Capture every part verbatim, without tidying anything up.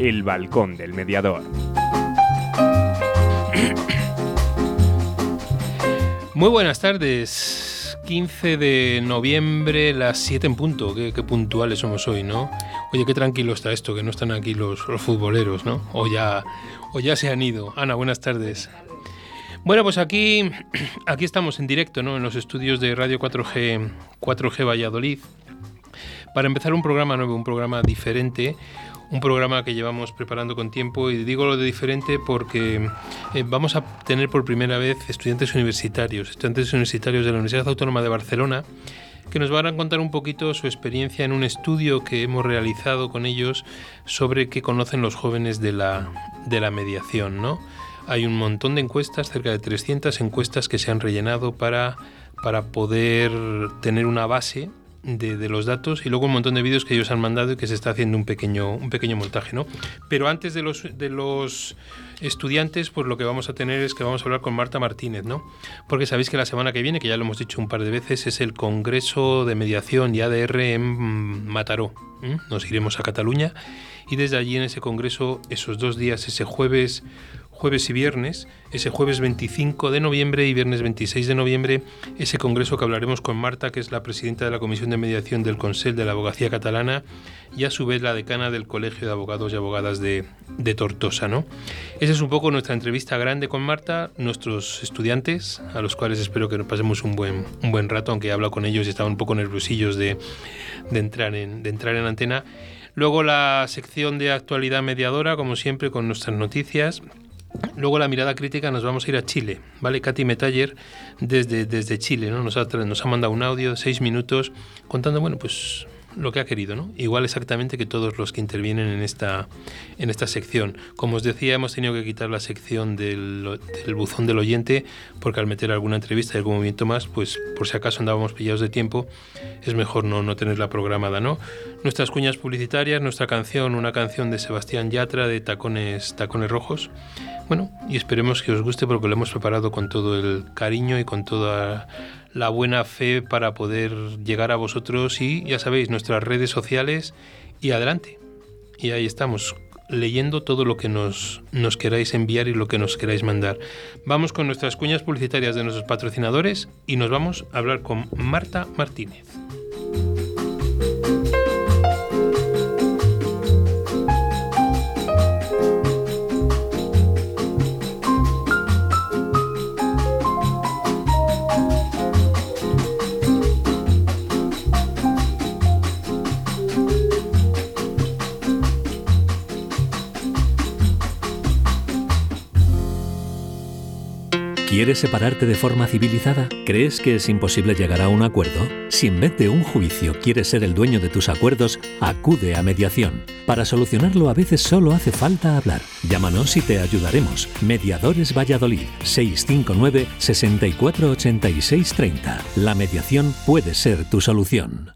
El balcón del mediador. Muy buenas tardes. quince de noviembre, las siete en punto. Qué, qué puntuales somos hoy, ¿no? Oye, qué tranquilo está esto, que no están aquí los, los futboleros, ¿no? O ya, o ya se han ido. Ana, buenas tardes. Bueno, pues aquí, aquí estamos en directo, ¿no? En los estudios de Radio cuatro G, cuatro G Valladolid, para empezar un programa nuevo, un programa diferente, un programa que llevamos preparando con tiempo, y digo lo de diferente porque eh, vamos a tener por primera vez estudiantes universitarios, estudiantes universitarios de la Universidad Autónoma de Barcelona, que nos van a contar un poquito su experiencia en un estudio que hemos realizado con ellos sobre qué conocen los jóvenes de la, de la mediación, ¿no? Hay un montón de encuestas, cerca de trescientas encuestas que se han rellenado para, para poder tener una base De, de los datos, y luego un montón de vídeos que ellos han mandado y que se está haciendo un pequeño, un pequeño montaje, ¿no? Pero antes de los, de los estudiantes, pues lo que vamos a tener es que vamos a hablar con Marta Martínez, ¿no? Porque sabéis que la semana que viene, que ya lo hemos dicho un par de veces, es el Congreso de Mediación y A D R en Mataró. ¿Mm? Nos iremos a Cataluña y desde allí en ese congreso, esos dos días, ese jueves jueves y viernes, ese jueves veinticinco de noviembre y viernes veintiséis de noviembre, ese congreso que hablaremos con Marta, que es la presidenta de la Comisión de Mediación del Consell de la Abogacía Catalana y a su vez la decana del Colegio de Abogados y Abogadas de, de Tortosa, ¿no? Esa es un poco nuestra entrevista grande con Marta, nuestros estudiantes, a los cuales espero que nos pasemos un buen, un buen rato, aunque he hablado con ellos y estaban un poco nerviosillos de, de, entrar en, de entrar en antena. Luego la sección de actualidad mediadora, como siempre, con nuestras noticias. Luego la mirada crítica, nos vamos a ir a Chile, ¿vale? Katy Metaller desde, desde Chile, ¿no? Nos ha, nos ha mandado un audio de seis minutos contando, bueno, pues lo que ha querido, ¿no? Igual exactamente que todos los que intervienen en esta, en esta sección. Como os decía, hemos tenido que quitar la sección del, del buzón del oyente, porque al meter alguna entrevista y algún movimiento más, pues por si acaso andábamos pillados de tiempo, es mejor no, no tenerla programada, ¿no? Nuestras cuñas publicitarias, nuestra canción, una canción de Sebastián Yatra de Tacones, Tacones Rojos. Bueno, y esperemos que os guste porque lo hemos preparado con todo el cariño y con toda la buena fe para poder llegar a vosotros y, ya sabéis, nuestras redes sociales y adelante. Y ahí estamos, leyendo todo lo que nos, nos queráis enviar y lo que nos queráis mandar. Vamos con nuestras cuñas publicitarias de nuestros patrocinadores y nos vamos a hablar con Marta Martínez. ¿Quieres separarte de forma civilizada? ¿Crees que es imposible llegar a un acuerdo? Si en vez de un juicio quieres ser el dueño de tus acuerdos, acude a mediación. Para solucionarlo a veces solo hace falta hablar. Llámanos y te ayudaremos. Mediadores Valladolid, seis cinco nueve, seis cuatro ocho seis tres cero. La mediación puede ser tu solución.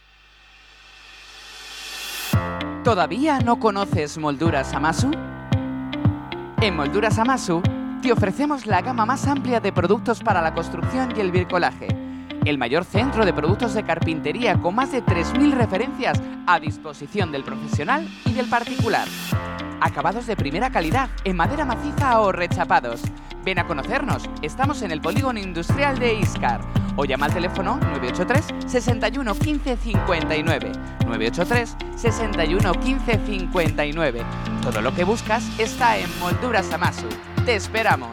¿Todavía no conoces Molduras Amasu? En Molduras Amasu te ofrecemos la gama más amplia de productos para la construcción y el bricolaje. El mayor centro de productos de carpintería con más de tres mil referencias a disposición del profesional y del particular. Acabados de primera calidad en madera maciza o rechapados. Ven a conocernos, estamos en el polígono industrial de Íscar. O llama al teléfono nueve ocho tres, sesenta y uno, quince, cincuenta y nueve. nueve ocho tres, sesenta y uno, quince, cincuenta y nueve. Todo lo que buscas está en Molduras Amasu. ¡Te esperamos!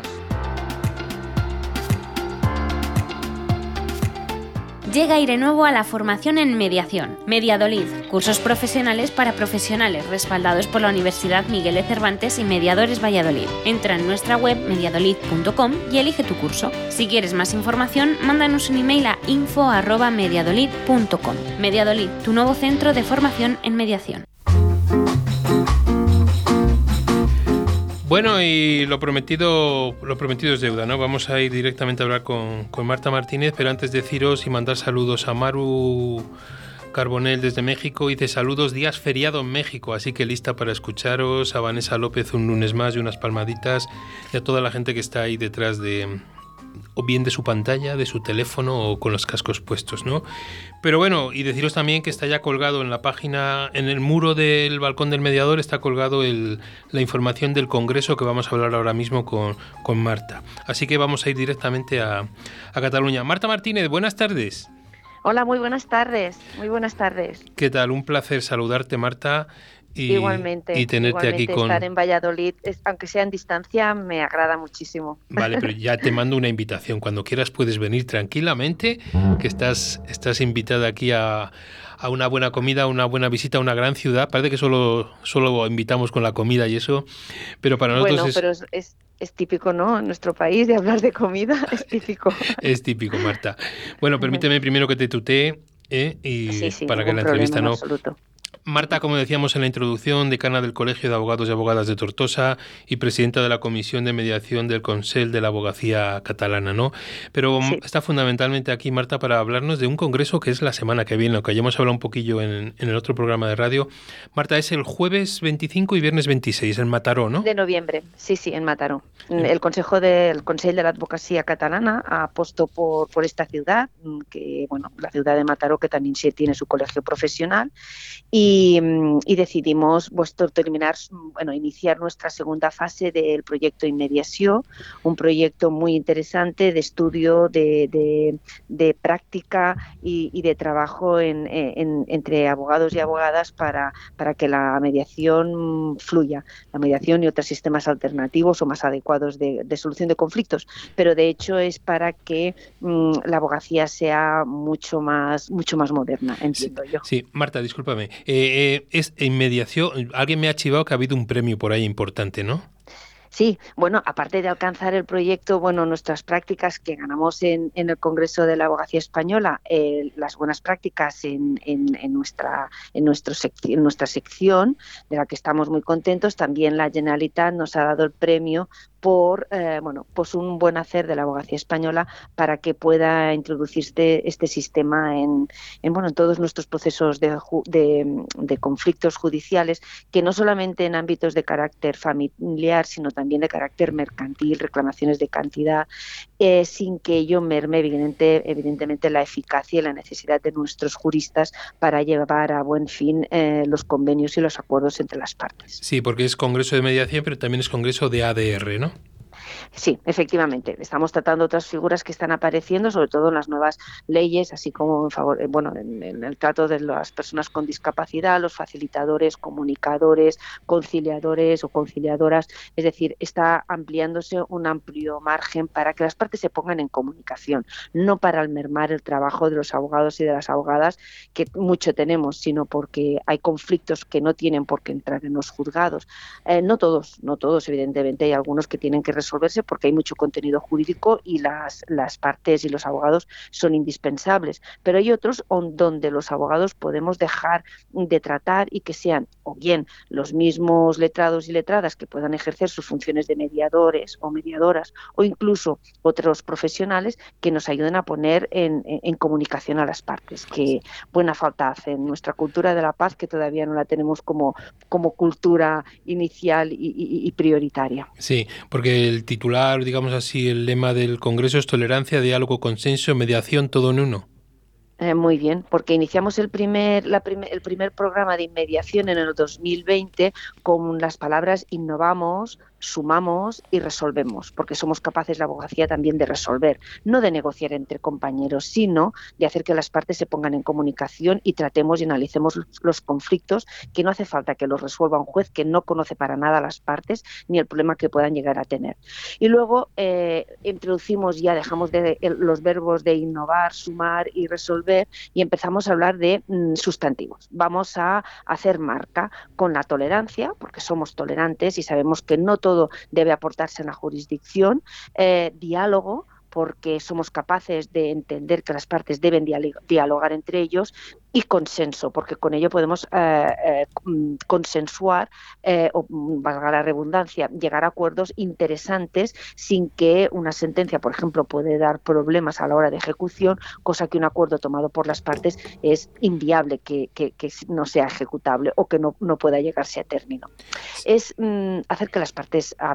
Llega Airenuevo a la formación en mediación. Mediadolid, cursos profesionales para profesionales respaldados por la Universidad Miguel de Cervantes y Mediadores Valladolid. Entra en nuestra web mediadolid punto com y elige tu curso. Si quieres más información, mándanos un email a info arroba mediadolid punto com. Mediadolid, tu nuevo centro de formación en mediación. Bueno, y lo prometido, lo prometido es deuda, ¿no? Vamos a ir directamente a hablar con, con Marta Martínez, pero antes deciros y mandar saludos a Maru Carbonell desde México. Dice saludos, días feriado en México, así que lista para escucharos. A Vanessa López un lunes más y unas palmaditas. Y a toda la gente que está ahí detrás de o bien de su pantalla, de su teléfono o con los cascos puestos, ¿no? Pero bueno, y deciros también que está ya colgado en la página, en el muro del balcón del mediador, está colgado el, la información del congreso que vamos a hablar ahora mismo con, con Marta. Así que vamos a ir directamente a, a Cataluña. Marta Martínez, buenas tardes. Hola, muy buenas tardes, muy buenas tardes. ¿Qué tal? Un placer saludarte, Marta. Y, igualmente, y tenerte igualmente aquí con... estar en Valladolid, es, aunque sea en distancia, me agrada muchísimo. Vale, pero ya te mando una invitación. Cuando quieras puedes venir tranquilamente, que estás, estás invitada aquí a, a una buena comida, a una buena visita a una gran ciudad. Parece que solo, solo invitamos con la comida y eso, pero para nosotros bueno, es... pero es, es, es típico, ¿no? En nuestro país de hablar de comida, es típico. Es típico, Marta. Bueno, permíteme primero que te tutee, ¿eh? Y sí, sí, para que la problema, entrevista no... absoluto. Marta, como decíamos en la introducción, decana del Colegio de Abogados y Abogadas de Tortosa y presidenta de la Comisión de Mediación del Consell de la Abogacía Catalana, ¿no? Pero sí. Está fundamentalmente aquí, Marta, para hablarnos de un congreso que es la semana que viene, lo que ya hemos hablado un poquillo en, en el otro programa de radio. Marta, es el jueves veinticinco y viernes veintiséis en Mataró, ¿no? De noviembre, sí, sí, en Mataró. El Consejo del Consell de la Advocacia Catalana ha apostado por, por esta ciudad, que, bueno, la ciudad de Mataró, que también tiene su colegio profesional, y Y, y decidimos pues, terminar, bueno, iniciar nuestra segunda fase del proyecto Inmediació, un proyecto muy interesante de estudio, de, de, de práctica y, y de trabajo en, en, entre abogados y abogadas para, para que la mediación fluya, la mediación y otros sistemas alternativos o más adecuados de, de solución de conflictos, pero de hecho es para que mmm, la abogacía sea mucho más, mucho más moderna, entiendo sí, yo. Sí, Marta, discúlpame. Eh, Eh, es en mediación, alguien me ha chivado que ha habido un premio por ahí importante, ¿no? Sí, bueno, aparte de alcanzar el proyecto, bueno, nuestras prácticas que ganamos en, en el Congreso de la Abogacía Española, eh, las buenas prácticas en, en, en, nuestra, en, nuestro sec- en nuestra sección, de la que estamos muy contentos, también la Generalitat nos ha dado el premio por eh, bueno, pues un buen hacer de la abogacía española para que pueda introducirse este sistema en, en, bueno, en todos nuestros procesos de, de, de conflictos judiciales, que no solamente en ámbitos de carácter familiar, sino también de carácter mercantil, reclamaciones de cantidad, eh, sin que ello merme evidente, evidentemente la eficacia y la necesidad de nuestros juristas para llevar a buen fin eh, los convenios y los acuerdos entre las partes. Sí, porque es Congreso de Mediación, pero también es Congreso de A D R, ¿no? Sí, efectivamente. Estamos tratando otras figuras que están apareciendo, sobre todo en las nuevas leyes, así como en favor, bueno, en, en el trato de las personas con discapacidad, los facilitadores, comunicadores, conciliadores o conciliadoras. Es decir, está ampliándose un amplio margen para que las partes se pongan en comunicación, no para mermar el trabajo de los abogados y de las abogadas, que mucho tenemos, sino porque hay conflictos que no tienen por qué entrar en los juzgados. Eh, no todos, no todos, evidentemente, hay algunos que tienen que resolverse porque hay mucho contenido jurídico y las, las partes y los abogados son indispensables, pero hay otros on, donde los abogados podemos dejar de tratar y que sean o bien los mismos letrados y letradas que puedan ejercer sus funciones de mediadores o mediadoras o incluso otros profesionales que nos ayuden a poner en, en, en comunicación a las partes, que buena falta hace en nuestra cultura de la paz, que todavía no la tenemos como, como cultura inicial y, y, y prioritaria. Sí, porque el titular, digamos así, el lema del Congreso es tolerancia, diálogo, consenso, mediación, todo en uno. Eh, muy bien, porque iniciamos el primer, la primer, el primer programa de inmediación en el dos mil veinte con las palabras innovamos, sumamos y resolvemos, porque somos capaces, la abogacía, también de resolver, no de negociar entre compañeros, sino de hacer que las partes se pongan en comunicación y tratemos y analicemos los conflictos, que no hace falta que los resuelva un juez que no conoce para nada a las partes ni el problema que puedan llegar a tener. Y luego eh, introducimos, ya dejamos de, de, los verbos de innovar, sumar y resolver y empezamos a hablar de mm, sustantivos. Vamos a hacer marca con la tolerancia, porque somos tolerantes y sabemos que no todo debe aportarse en la jurisdicción, eh, diálogo, porque somos capaces de entender que las partes deben dialogar entre ellos, y consenso, porque con ello podemos eh, eh, consensuar, eh, o valga la redundancia, llegar a acuerdos interesantes sin que una sentencia, por ejemplo, puede dar problemas a la hora de ejecución, cosa que un acuerdo tomado por las partes es inviable que, que, que no sea ejecutable o que no, no pueda llegarse a término. Es mm, hacer que las partes hablen.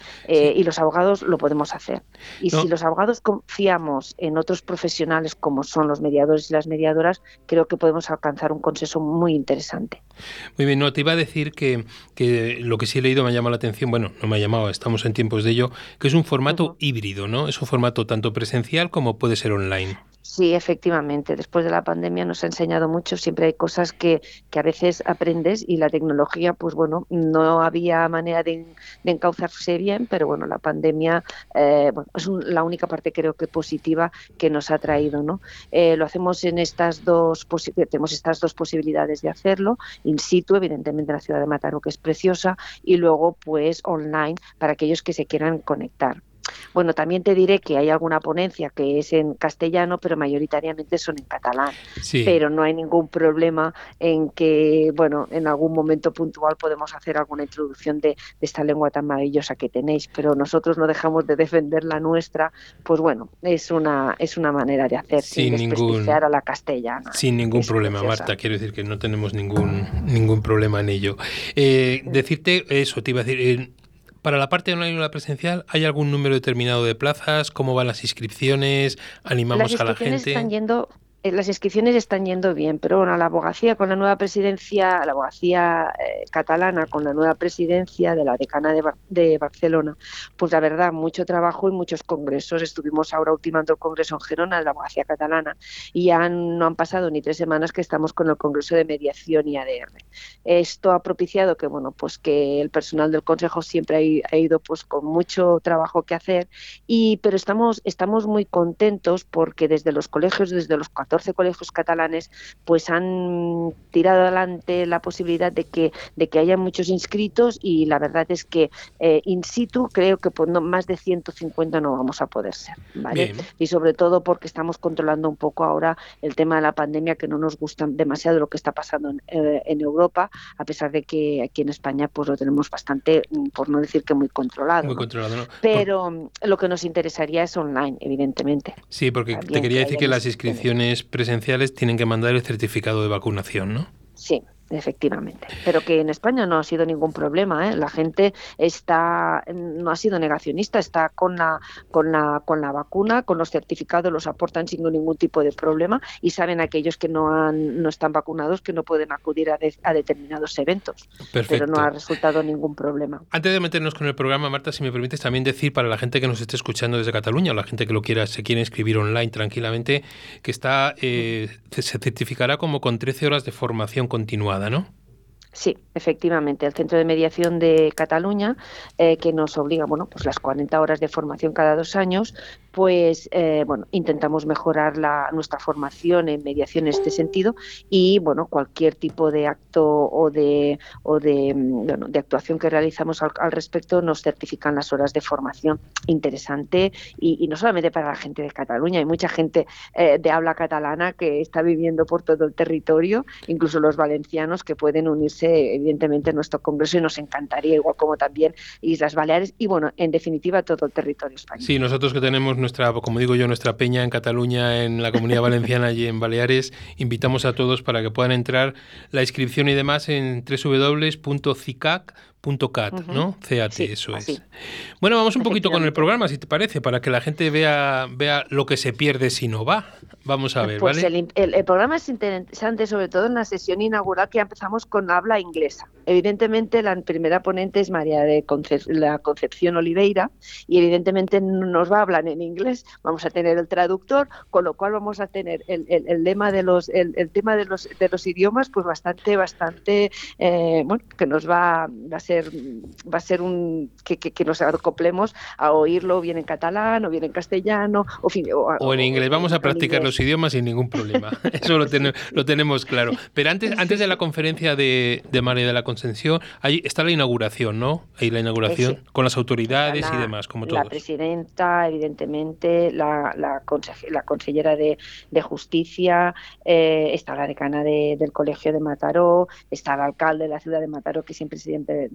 Eh, Sí. y los abogados lo podemos hacer. Y No. si los abogados confiamos en otros profesionales como son los mediadores y las mediadoras, creo que podemos alcanzar un consenso muy interesante. Muy bien, no, te iba a decir que, que lo que sí he leído me ha llamado la atención, bueno, no me ha llamado, estamos en tiempos de ello, que es un formato Uh-huh. híbrido, ¿no? Es un formato tanto presencial como puede ser online. Sí, efectivamente. Después de la pandemia nos ha enseñado mucho. Siempre hay cosas que, que a veces aprendes y la tecnología, pues bueno, no había manera de, de encauzarse bien, pero bueno, la pandemia eh, bueno, es un, la única parte creo que positiva que nos ha traído, ¿no? Eh, lo hacemos en estas dos, posi- tenemos estas dos posibilidades de hacerlo, in situ, evidentemente en la ciudad de Mataró, que es preciosa, y luego pues online para aquellos que se quieran conectar. Bueno, también te diré que hay alguna ponencia que es en castellano, pero mayoritariamente son en catalán. Sí. Pero no hay ningún problema en que, bueno, en algún momento puntual podemos hacer alguna introducción de, de esta lengua tan maravillosa que tenéis, pero nosotros no dejamos de defender la nuestra, pues bueno, es una, es una manera de hacer sin, Sin desprestigiar ningún, a la castellana. sin que ningún es problema, preciosa. Marta. Quiero decir que no tenemos ningún, ningún problema en ello. Eh, decirte eso, te iba a decir, eh, para la parte online o la presencial, ¿hay algún número determinado de plazas? ¿Cómo van las inscripciones? Las ¿Animamos a la inscripciones gente? están yendo, eh, las inscripciones están yendo bien, pero bueno, la abogacía con la nueva presidencia, la abogacía eh, catalana con la nueva presidencia de la decana de, Bar- de Barcelona, pues la verdad, mucho trabajo y muchos congresos. Estuvimos ahora ultimando el congreso en Gerona de la abogacía catalana y ya no han pasado ni tres semanas que estamos con el congreso de mediación y A D R. Esto ha propiciado que, bueno, pues que el personal del consejo siempre ha, i- ha ido pues con mucho trabajo que hacer. Y, pero estamos, estamos muy contentos porque desde los colegios, desde los catorce colegios catalanes, pues han tirado adelante la posibilidad de que, de que haya muchos inscritos y la verdad es que eh, in situ creo que por no, más de ciento cincuenta no vamos a poder ser, ¿vale? Bien. Y sobre todo porque estamos controlando un poco ahora el tema de la pandemia, que no nos gusta demasiado lo que está pasando en, eh, en Europa, a pesar de que aquí en España pues lo tenemos bastante, por no decir que muy controlado, Muy ¿no? controlado, ¿no? Por- Pero lo que nos interesaría es online, evidentemente. sí, porque te También quería que decir haya que las inscripciones. inscripciones presenciales tienen que mandar el certificado de vacunación, ¿no? Sí, efectivamente. Pero que en España no ha sido ningún problema, ¿eh? La gente está, no ha sido negacionista, está con la, con la, con la vacuna, con los certificados, los aportan sin ningún tipo de problema y saben aquellos que no han, no están vacunados que no pueden acudir a, de, a determinados eventos. Perfecto. Pero no ha resultado ningún problema. Antes de meternos con el programa, Marta, si me permites también decir para la gente que nos esté escuchando desde Cataluña o la gente que lo quiera, se quiere inscribir online tranquilamente, que está eh, se certificará como con trece horas de formación continuada, ¿no? Sí, efectivamente, el Centro de Mediación de Cataluña, eh, que nos obliga, bueno, pues las cuarenta horas de formación cada dos años, pues, eh, bueno, intentamos mejorar la, nuestra formación en mediación en este sentido y, bueno, cualquier tipo de acto o de, o de, bueno, de actuación que realizamos al, al respecto nos certifican las horas de formación. Interesante y, y no solamente para la gente de Cataluña, hay mucha gente eh, de habla catalana que está viviendo por todo el territorio, incluso los valencianos que pueden unirse evidentemente en nuestro congreso y nos encantaría, igual como también Islas Baleares y bueno, en definitiva todo el territorio español. Sí, nosotros que tenemos nuestra, como digo yo, nuestra peña en Cataluña, en la Comunidad Valenciana y en Baleares, invitamos a todos para que puedan entrar la inscripción y demás en doble u doble u doble u punto cicac punto cat, uh-huh. ¿no? C A T, sí, eso así. es. Bueno, vamos un poquito con el programa, si te parece, para que la gente vea, vea lo que se pierde si no va. Vamos a ver, pues ¿vale? El, el, el programa es interesante, sobre todo en la sesión inaugural que ya empezamos con habla inglesa. Evidentemente, la primera ponente es María de Concep- la Concepción Oliveira y evidentemente nos va a hablar en inglés. Vamos a tener el traductor, con lo cual vamos a tener el, el, el lema de los, el, el tema de los, de los idiomas, pues bastante, bastante, eh, bueno, que nos va, va a ser va a ser un que, que, que nos acoplemos a oírlo bien en catalán o bien en castellano o, fin, o, o en inglés. Vamos o, a practicar los idiomas sin ningún problema. Eso lo, ten, sí, sí. lo tenemos claro. Pero antes, antes de la conferencia de, de María de la Concepción, ahí está la inauguración, ¿no? Ahí la inauguración sí. con las autoridades la, y demás, como todos. La presidenta, evidentemente, la, la, conse- la consellera de, de Justicia, eh, está la decana de, del Colegio de Mataró, está el alcalde de la ciudad de Mataró, que siempre, siempre da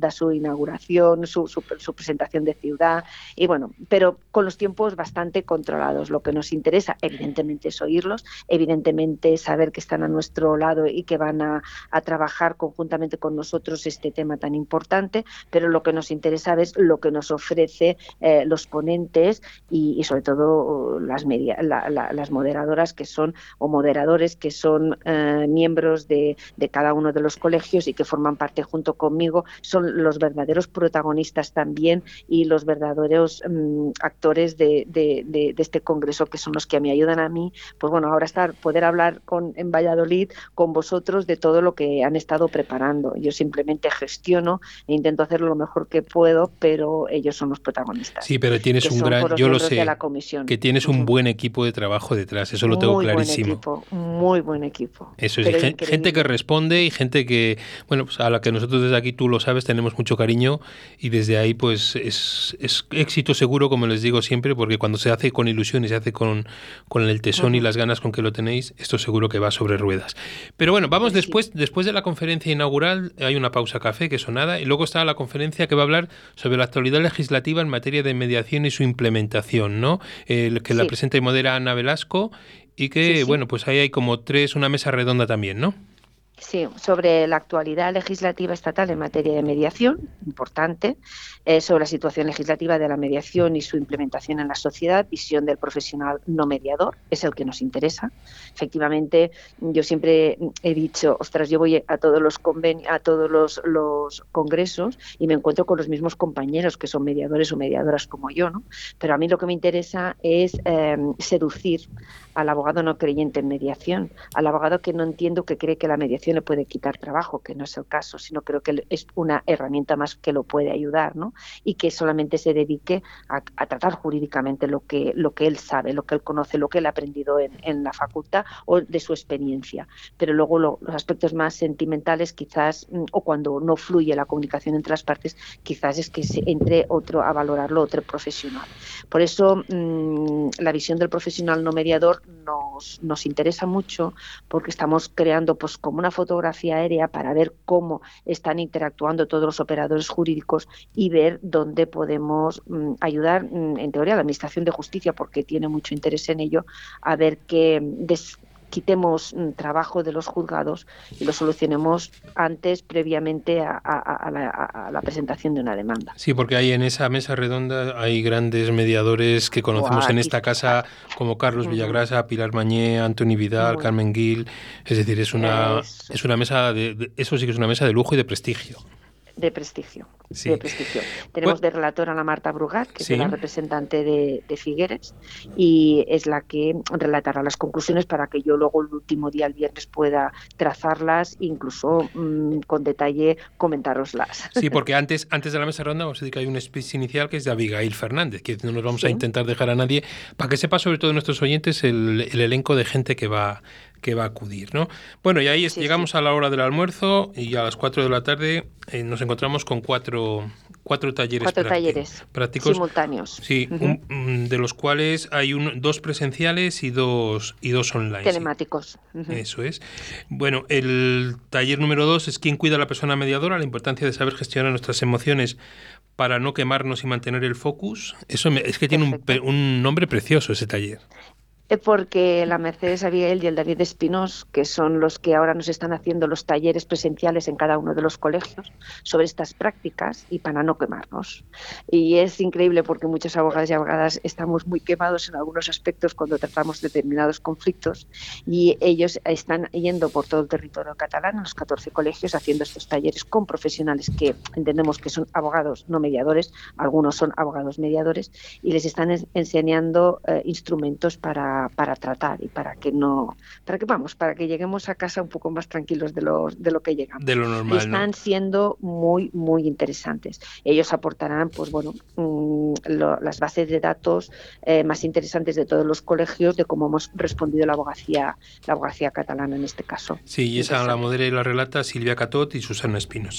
da su inauguración, su, su, su presentación de ciudad, y bueno, pero con los tiempos bastante controlados. Lo que nos interesa, evidentemente, es oírlos, evidentemente saber que están a nuestro lado y que van a, a trabajar conjuntamente con nosotros este tema tan importante, pero lo que nos interesa es lo que nos ofrece eh, los ponentes y, y sobre todo las, media, la, la, las moderadoras que son, o moderadores que son eh, miembros de, de cada uno de los colegios y que forman parte junto conmigo, son los verdaderos protagonistas también y los verdaderos um, actores de, de, de, de este congreso, que son los que me ayudan a mí, pues bueno, ahora estar, poder hablar con, en Valladolid con vosotros de todo lo que han estado preparando. Yo simplemente gestiono e intento hacerlo lo mejor que puedo, pero ellos son los protagonistas. Sí, pero tienes un gran, yo lo sé, que tienes un uh-huh. buen equipo de trabajo detrás, eso lo tengo muy clarísimo. Buen equipo, muy buen equipo. Eso es, gente, gente que responde y gente que, bueno, pues a la que nosotros desde aquí, tú lo sabes, tenemos mucho cariño y desde ahí pues es, es éxito seguro, como les digo siempre, porque cuando se hace con ilusión y se hace con, con el tesón uh-huh. y las ganas con que lo tenéis, esto seguro que va sobre ruedas. Pero bueno, vamos pues después, sí. después de la conferencia inaugural, hay una pausa café, que sonada, y luego está la conferencia que va a hablar sobre la actualidad legislativa en materia de mediación y su implementación, ¿no? El que sí. la presenta y modera Ana Velasco, y que, sí, sí. bueno, pues ahí hay como tres, una mesa redonda también, ¿no? Sí, sobre la actualidad legislativa estatal en materia de mediación, importante, eh, sobre la situación legislativa de la mediación y su implementación en la sociedad, visión del profesional no mediador, es el que nos interesa. Efectivamente, yo siempre he dicho, ostras, yo voy a todos los convenios, a todos los, los congresos y me encuentro con los mismos compañeros que son mediadores o mediadoras como yo, ¿no? Pero a mí lo que me interesa es eh, seducir al abogado no creyente en mediación, al abogado que no entiendo, que cree que la mediación le puede quitar trabajo, que no es el caso, sino creo que es una herramienta más que lo puede ayudar, ¿no? Y que solamente se dedique a, a tratar jurídicamente lo que, lo que él sabe, lo que él conoce, lo que él ha aprendido en, en la facultad o de su experiencia. Pero luego lo, los aspectos más sentimentales quizás, o cuando no fluye la comunicación entre las partes, quizás es que se entre otro a valorarlo, otro profesional. Por eso mmm, la visión del profesional no mediador nos, nos interesa mucho, porque estamos creando pues como una fotografía aérea para ver cómo están interactuando todos los operadores jurídicos y ver dónde podemos mmm, ayudar, mmm, en teoría, a la Administración de Justicia, porque tiene mucho interés en ello, a ver que des- quitemos mm, trabajo de los juzgados y lo solucionemos antes, previamente a, a, a, la, a la presentación de una demanda. Sí, porque hay en esa mesa redonda hay grandes mediadores que conocemos Buah, en esta casa, como Carlos uh-huh. Villagrasa, Pilar Mañé, Antoni Vidal, Muy Carmen Gil. Es decir, es una, es... es una mesa de, de, eso sí que es una mesa de lujo y de prestigio. De prestigio, sí. de prestigio. Tenemos pues, de relatora a la Marta Brugat, que sí. es la representante de, de Figueres, y es la que relatará las conclusiones para que yo luego el último día, el viernes, pueda trazarlas, incluso mmm, con detalle comentároslas. Sí, porque antes, antes de la mesa ronda vamos a decir que hay un speech inicial que es de Abigail Fernández, que no nos vamos sí. a intentar dejar a nadie, para que sepa sobre todo nuestros oyentes el, el elenco de gente que va que va a acudir, ¿no? Bueno, y ahí sí, llegamos sí. a la hora del almuerzo y a las cuatro de la tarde eh, nos encontramos con cuatro, cuatro talleres, cuatro prácti- talleres prácticos simultáneos. Sí, uh-huh. un, de los cuales hay un, dos presenciales y dos, y dos online. Telemáticos. Sí. Uh-huh. Eso es. Bueno, el taller número dos es ¿Quién cuida a la persona mediadora? La importancia de saber gestionar nuestras emociones para no quemarnos y mantener el focus. Eso me, es que tiene un, un nombre precioso ese taller. Porque la Mercedes Abigail y el David Espinós, que son los que ahora nos están haciendo los talleres presenciales en cada uno de los colegios sobre estas prácticas y para no quemarnos. Y es increíble porque muchos abogados y abogadas estamos muy quemados en algunos aspectos cuando tratamos determinados conflictos y ellos están yendo por todo el territorio catalán, en los catorce colegios, haciendo estos talleres con profesionales que entendemos que son abogados no mediadores, algunos son abogados mediadores, y les están es- enseñando eh, instrumentos para para tratar y para que no, para que vamos, para que lleguemos a casa un poco más tranquilos de lo, de lo que llegamos. De lo normal, Están ¿no? siendo muy, muy interesantes. Ellos aportarán, pues bueno, mmm, lo, las bases de datos eh, más interesantes de todos los colegios de cómo hemos respondido la abogacía, la abogacía catalana en este caso. Sí, y esa la modera y la relata Silvia Catot y Susana Espinosa.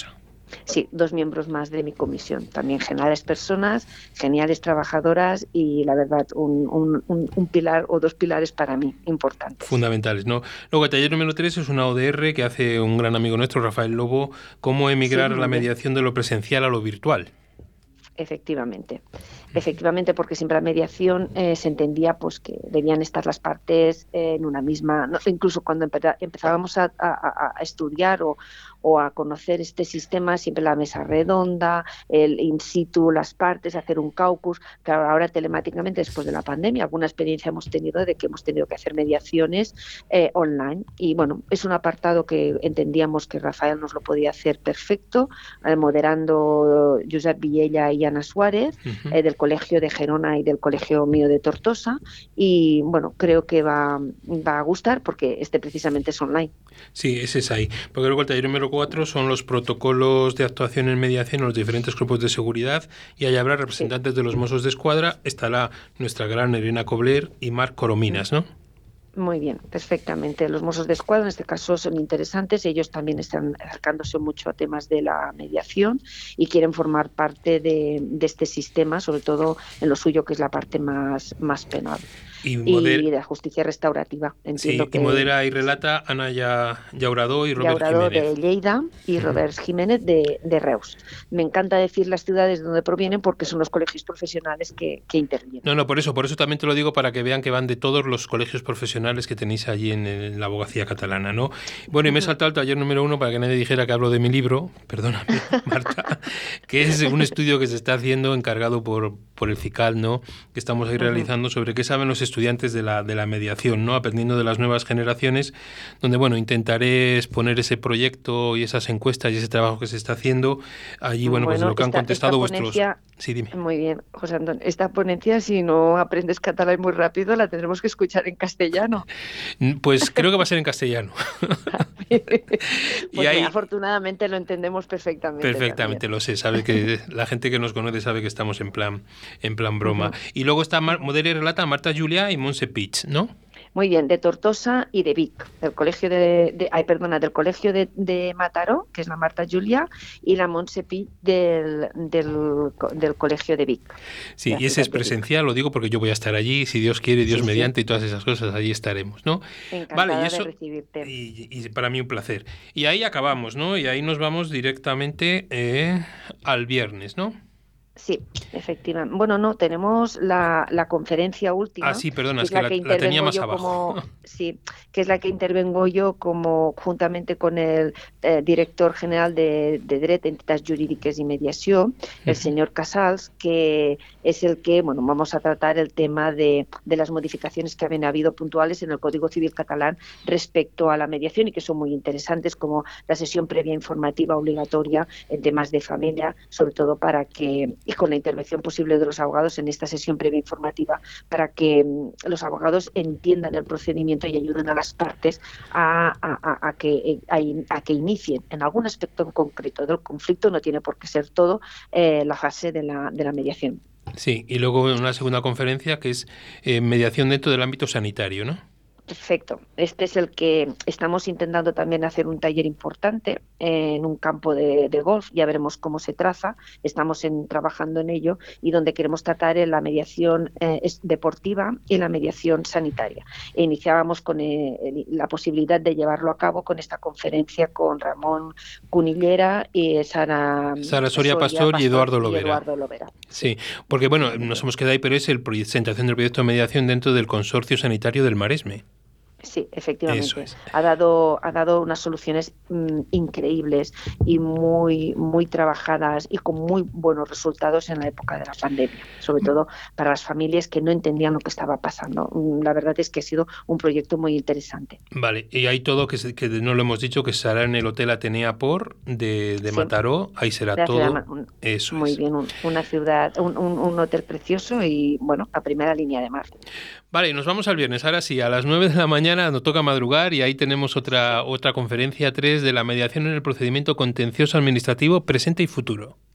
Sí, dos miembros más de mi comisión, también geniales personas, geniales trabajadoras y la verdad un, un, un, un pilar o dos pilares para mí importantes. Fundamentales, ¿no? Luego el taller número tres es una O D R que hace un gran amigo nuestro, Rafael Lobo, cómo emigrar sí, a la bien. mediación de lo presencial a lo virtual. Efectivamente, efectivamente, porque siempre la mediación eh, se entendía pues que debían estar las partes eh, en una misma, no, incluso cuando empe- empezábamos a, a, a estudiar o, o a conocer este sistema, siempre la mesa redonda, el in situ, las partes, hacer un caucus. Claro, ahora telemáticamente, después de la pandemia, alguna experiencia hemos tenido de que hemos tenido que hacer mediaciones eh, online y bueno, es un apartado que entendíamos que Rafael nos lo podía hacer perfecto, eh, moderando Josep Villella y Ana Suárez, uh-huh. eh, del Colegio de Gerona y del Colegio mío de Tortosa, y bueno, creo que va, va a gustar porque este precisamente es online. Sí, ese es ahí, porque luego el taller número cuatro son los protocolos de actuación en mediación en los diferentes grupos de seguridad y ahí habrá representantes sí. de los Mossos de Escuadra, estará nuestra gran Elena Cobler y Marc Corominas, ¿no? Muy bien, perfectamente. Los Mossos de Escuadra en este caso son interesantes, ellos también están acercándose mucho a temas de la mediación y quieren formar parte de, de este sistema, sobre todo en lo suyo que es la parte más, más penal. Y, moder... y de la justicia restaurativa. Entiendo sí, que... y modera y relata Ana ya... Llauradó y Robert Llauradó Jiménez. de Lleida y Robert uh-huh. Jiménez de, de Reus. Me encanta decir las ciudades de donde provienen porque son los colegios profesionales que, que intervienen. No, no, por eso, por eso también te lo digo para que vean que van de todos los colegios profesionales que tenéis allí en, en la abogacía catalana, ¿no? Bueno, y me he saltado el taller número uno para que nadie dijera que hablo de mi libro, perdóname, Marta, que es un estudio que se está haciendo encargado por, por el CICAL, ¿no? Que estamos ahí uh-huh. realizando sobre qué saben los estudiantes de la, de la mediación, ¿no? Aprendiendo de las nuevas generaciones, donde, bueno, intentaré exponer ese proyecto y esas encuestas y ese trabajo que se está haciendo. Allí, bueno, bueno pues lo que esta, han contestado vuestros... Sí, dime. Muy bien, José Antón. Esta ponencia, si no aprendes catalán muy rápido, la tendremos que escuchar en castellano. Pues creo que va a ser en castellano. Pues y ahí, afortunadamente lo entendemos perfectamente. Perfectamente, también. Lo sé. Sabe que la gente que nos conoce sabe que estamos en plan, en plan broma. Uh-huh. Y luego está Mar- modera y relata Marta Julia y Montse Pich, ¿no? Muy bien, de Tortosa y de Vic, del colegio de, de ay, perdona, del colegio de, de Mataró, que es la Marta Julia, y la Montse Pich del, del, del colegio de Vic. Sí, y ese es presencial, lo digo porque yo voy a estar allí, si Dios quiere, Dios sí, mediante, sí. y todas esas cosas, allí estaremos, ¿no? Encantada vale, y eso, de recibirte. Y, y para mí un placer. Y ahí acabamos, ¿no? Y ahí nos vamos directamente eh, al viernes, ¿no? Sí, efectivamente. Bueno, no, tenemos la, la conferencia última. Ah, sí, perdona, que es que, la, que la tenía más abajo. Como, sí, que es la que intervengo yo como juntamente con el eh, director general de, de Dret, Entitats Jurídiques y Mediació, el uh-huh. señor Casals, que es el que, bueno, vamos a tratar el tema de, de las modificaciones que habían habido puntuales en el Código Civil catalán respecto a la mediación y que son muy interesantes, como la sesión previa informativa obligatoria en temas de familia, sobre todo para que y con la intervención posible de los abogados en esta sesión previa informativa para que los abogados entiendan el procedimiento y ayuden a las partes a, a, a, que, a, a que inicien en algún aspecto en concreto del conflicto, no tiene por qué ser todo eh, la fase de la, de la mediación. Sí, y luego una segunda conferencia que es eh, mediación dentro del ámbito sanitario, ¿no? Perfecto. Este es el que estamos intentando también hacer un taller importante en un campo de, de golf. Ya veremos cómo se traza. Estamos en, trabajando en ello y donde queremos tratar en la mediación eh, deportiva y la mediación sanitaria. E iniciábamos con eh, la posibilidad de llevarlo a cabo con esta conferencia con Ramón Cunillera y Sara, Sara Soria, Soria Pastor, Pastor y Eduardo Lovera. Y Eduardo Lovera. Sí, porque bueno, nos hemos quedado ahí, pero es el presentación del proyecto de mediación dentro del Consorcio Sanitario del Maresme. Sí, efectivamente. Es. Ha dado ha dado unas soluciones mmm, increíbles y muy muy trabajadas y con muy buenos resultados en la época de la pandemia, sobre todo para las familias que no entendían lo que estaba pasando. La verdad es que ha sido un proyecto muy interesante. Vale, y hay todo que, que no lo hemos dicho, que será en el Hotel Atenea Por de, de sí. Mataró, ahí será de todo. Ciudad, un, Eso muy es. bien, un, una ciudad, un, un, un hotel precioso y bueno, a primera línea de mar. Vale, nos vamos al viernes. Ahora sí, a las nueve de la mañana nos toca madrugar y ahí tenemos otra otra conferencia tres de la mediación en el procedimiento contencioso administrativo presente y futuro.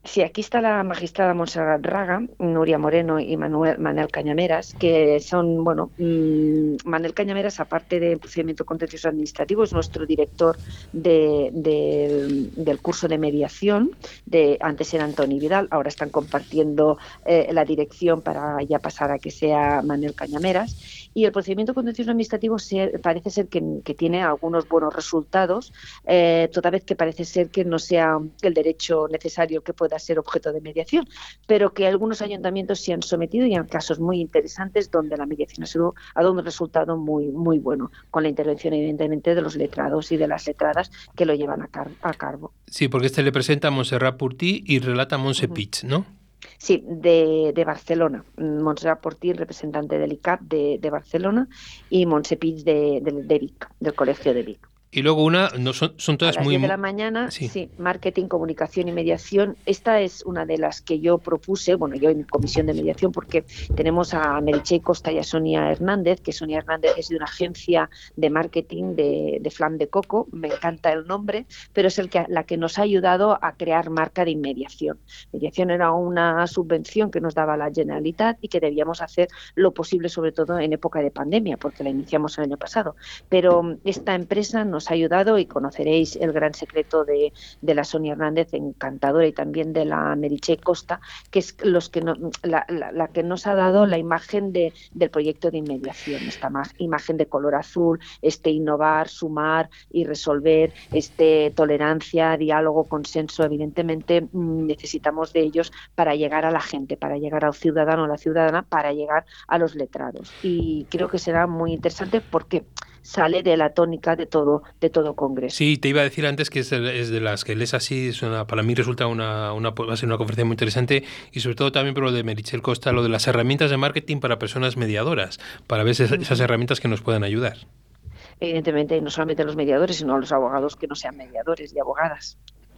Sí, aquí está la magistrada Montserrat Raga, Nuria Moreno y Manuel, Manel Cañameras, que son, bueno, mmm, Manel Cañameras, aparte de procedimiento contencioso administrativo, es nuestro director de, de, del curso de mediación. De, antes era Antoni Vidal, ahora están compartiendo eh, la dirección para ya pasar a que sea Manel Cañameras. Y el procedimiento contencioso administrativo se, parece ser que, que tiene algunos buenos resultados, eh, toda vez que parece ser que no sea el derecho necesario que pueda ser objeto de mediación, pero que algunos ayuntamientos se han sometido y en casos muy interesantes donde la mediación ha dado un resultado muy, muy bueno, con la intervención evidentemente de los letrados y de las letradas que lo llevan a, car a cargo. Sí, porque este le presenta a Montserrat Portí y relata a Montse Uh-huh. Pich, ¿no? Sí, de, de Barcelona. Montserrat Portí, representante del I C A P de, de Barcelona, y Montse Pich de, de, de Vic, del Colegio de Vic. Y luego una, no son, son todas a las muy... diez de la mañana, sí. sí, marketing, comunicación y mediación. Esta es una de las que yo propuse, bueno, yo en comisión de mediación, porque tenemos a Meritxell Costa y a Sonia Hernández, que Sonia Hernández es de una agencia de marketing de, de Flam de Coco, me encanta el nombre, pero es el que, la que nos ha ayudado a crear marca de inmediación. Mediación era una subvención que nos daba la Generalitat y que debíamos hacer lo posible, sobre todo en época de pandemia, porque la iniciamos el año pasado. Pero esta empresa nos ha ayudado y conoceréis el gran secreto de, de la Sonia Hernández, encantadora, y también de la Meritxell Costa, que es los que no, la, la, la que nos ha dado la imagen de, del proyecto de inmediación, esta imagen de color azul, este innovar, sumar y resolver, este tolerancia, diálogo, consenso. Evidentemente necesitamos de ellos para llegar a la gente, para llegar al ciudadano o la ciudadana, para llegar a los letrados. Y creo que será muy interesante porque sale de la tónica de todo de todo congreso. Sí, te iba a decir antes que es de, es de las que lees así, es una, para mí resulta una, una va a ser una conferencia muy interesante, y sobre todo también por lo de Meritxell Costa, lo de las herramientas de marketing para personas mediadoras, para ver esas, esas herramientas que nos puedan ayudar. Evidentemente, no solamente los mediadores, sino los abogados que no sean mediadores y abogadas.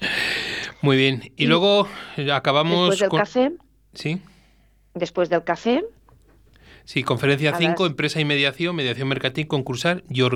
Muy bien. Y, y luego acabamos después del con... café. Sí. Después del café. Sí, conferencia cinco, las... empresa y mediación, mediación mercantil, concursal y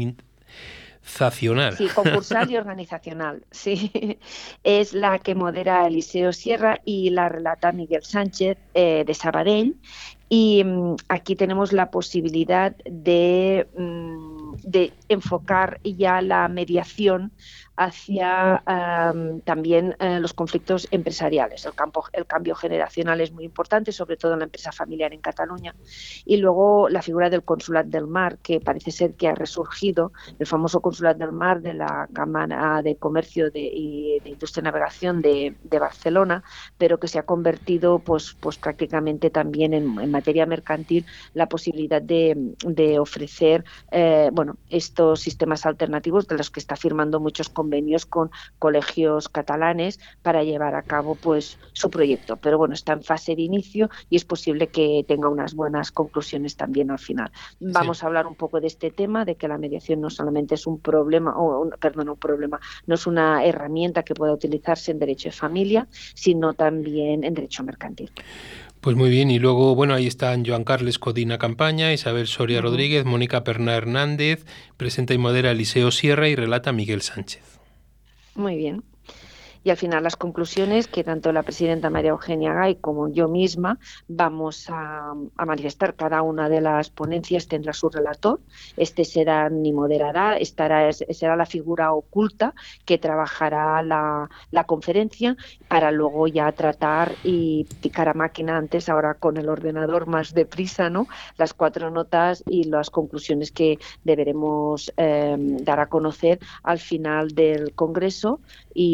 organizacional. Sí, concursal y organizacional, sí. Es la que modera Eliseo Sierra y la relata Miguel Sánchez eh, de Sabadell. Y um, aquí tenemos la posibilidad de, um, de enfocar ya la mediación hacia um, también uh, los conflictos empresariales. El, campo, el cambio generacional es muy importante, sobre todo en la empresa familiar en Cataluña. Y luego la figura del Consolat del Mar, que parece ser que ha resurgido, el famoso Consolat del Mar de la Cámara de Comercio de, y de Industria y Navegación de, de Barcelona, pero que se ha convertido pues, pues prácticamente también en, en materia mercantil la posibilidad de, de ofrecer eh, bueno, estos sistemas alternativos de los que está firmando muchos convenios con colegios catalanes para llevar a cabo pues su proyecto. Pero bueno, está en fase de inicio y es posible que tenga unas buenas conclusiones también al final. Vamos sí. a hablar un poco de este tema, de que la mediación no solamente es un problema, o un, perdón, un problema, no es una herramienta que pueda utilizarse en derecho de familia, sino también en derecho mercantil. Pues muy bien, y luego, bueno, ahí están Joan Carles Codina Campaña, Isabel Soria uh-huh. Rodríguez, Mónica Perná Hernández, presenta y modera Eliseo Sierra y relata Miguel Sánchez. Muy bien. Y al final las conclusiones que tanto la presidenta María Eugenia Gay como yo misma vamos a, a manifestar. Cada una de las ponencias tendrá su relator, este será ni moderará, estará, será la figura oculta que trabajará la, la conferencia para luego ya tratar y picar a máquina antes, ahora con el ordenador más deprisa, ¿no? Las cuatro notas y las conclusiones que deberemos eh, dar a conocer al final del congreso.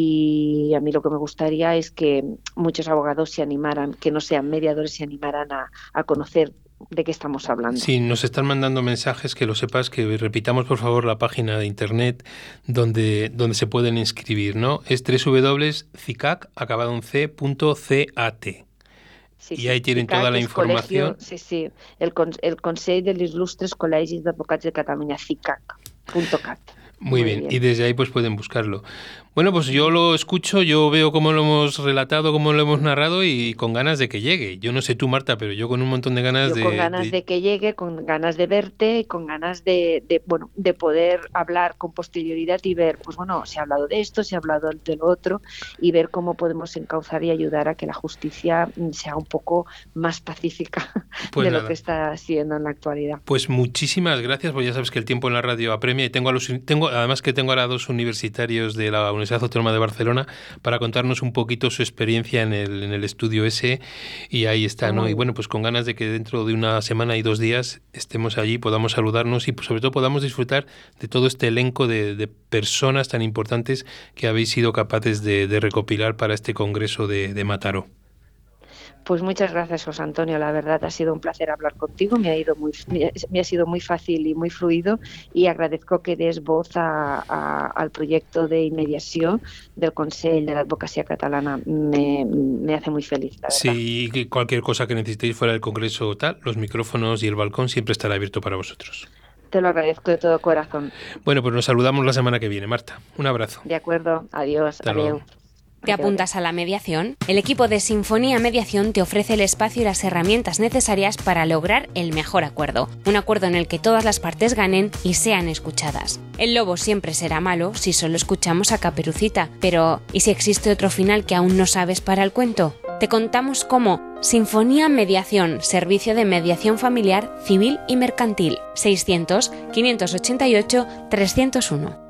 Y a mí lo que me gustaría es que muchos abogados se animaran, que no sean mediadores, se animaran a, a conocer de qué estamos hablando. Sí, nos están mandando mensajes, que lo sepas, que repitamos por favor la página de internet donde, donde se pueden inscribir, ¿no? Es doble u doble u doble u punto cicac, acabado en c, punto cat. Sí, y sí, ahí tienen toda la información. Colegio, sí, sí, el, el Consell de l'Il·lustres Col·legis d'Advocats de Catalunya, cicac punto cat. Muy, Muy bien. bien, y desde ahí pues pueden buscarlo. Bueno, pues yo lo escucho, yo veo cómo lo hemos relatado, cómo lo hemos narrado y con ganas de que llegue. Yo no sé tú, Marta, pero yo con un montón de ganas yo de... con ganas de... de que llegue, con ganas de verte, con ganas de, de, bueno, de poder hablar con posterioridad y ver, pues bueno, se ha hablado de esto, se ha hablado de lo otro, y ver cómo podemos encauzar y ayudar a que la justicia sea un poco más pacífica pues de nada. Lo que está siendo en la actualidad. Pues muchísimas gracias, porque ya sabes que el tiempo en la radio apremia y tengo a los tengo además que tengo ahora dos universitarios de la Universidad Autónoma de Barcelona para contarnos un poquito su experiencia en el, en el estudio ese, y ahí está, ¿no? Y bueno, pues con ganas de que dentro de una semana y dos días estemos allí, podamos saludarnos y pues sobre todo podamos disfrutar de todo este elenco de, de personas tan importantes que habéis sido capaces de, de recopilar para este congreso de, de Mataró. Pues muchas gracias, José Antonio. La verdad ha sido un placer hablar contigo. Me ha ido muy, me ha sido muy fácil y muy fluido, y agradezco que des voz a, a, al proyecto de inmediación del Consell de la Advocacia Catalana. Me, me hace muy feliz, la verdad. Sí, cualquier cosa que necesitéis fuera del Congreso o tal, los micrófonos y el balcón siempre estará abierto para vosotros. Te lo agradezco de todo corazón. Bueno, pues nos saludamos la semana que viene, Marta. Un abrazo. De acuerdo. Adiós. Hasta luego. ¿Te apuntas a la mediación? El equipo de Sinfonía Mediación te ofrece el espacio y las herramientas necesarias para lograr el mejor acuerdo. Un acuerdo en el que todas las partes ganen y sean escuchadas. El lobo siempre será malo si solo escuchamos a Caperucita, pero ¿y si existe otro final que aún no sabes para el cuento? Te contamos cómo. Sinfonía Mediación, servicio de mediación familiar, civil y mercantil. seiscientos, quinientos ochenta y ocho, trescientos uno.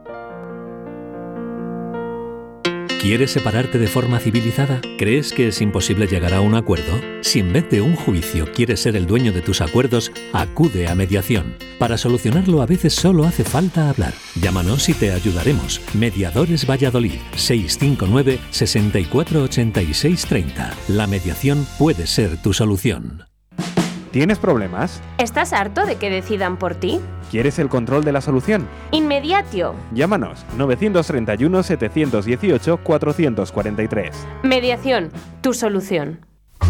¿Quieres separarte de forma civilizada? ¿Crees que es imposible llegar a un acuerdo? Si en vez de un juicio quieres ser el dueño de tus acuerdos, acude a mediación. Para solucionarlo a veces solo hace falta hablar. Llámanos y te ayudaremos. Mediadores Valladolid, seis cinco nueve, seis cuatro ocho seis tres cero. La mediación puede ser tu solución. ¿Tienes problemas? ¿Estás harto de que decidan por ti? ¿Quieres el control de la solución? Inmediatio. Llámanos novecientos treinta y uno, setecientos dieciocho, cuatrocientos cuarenta y tres. Mediación, tu solución.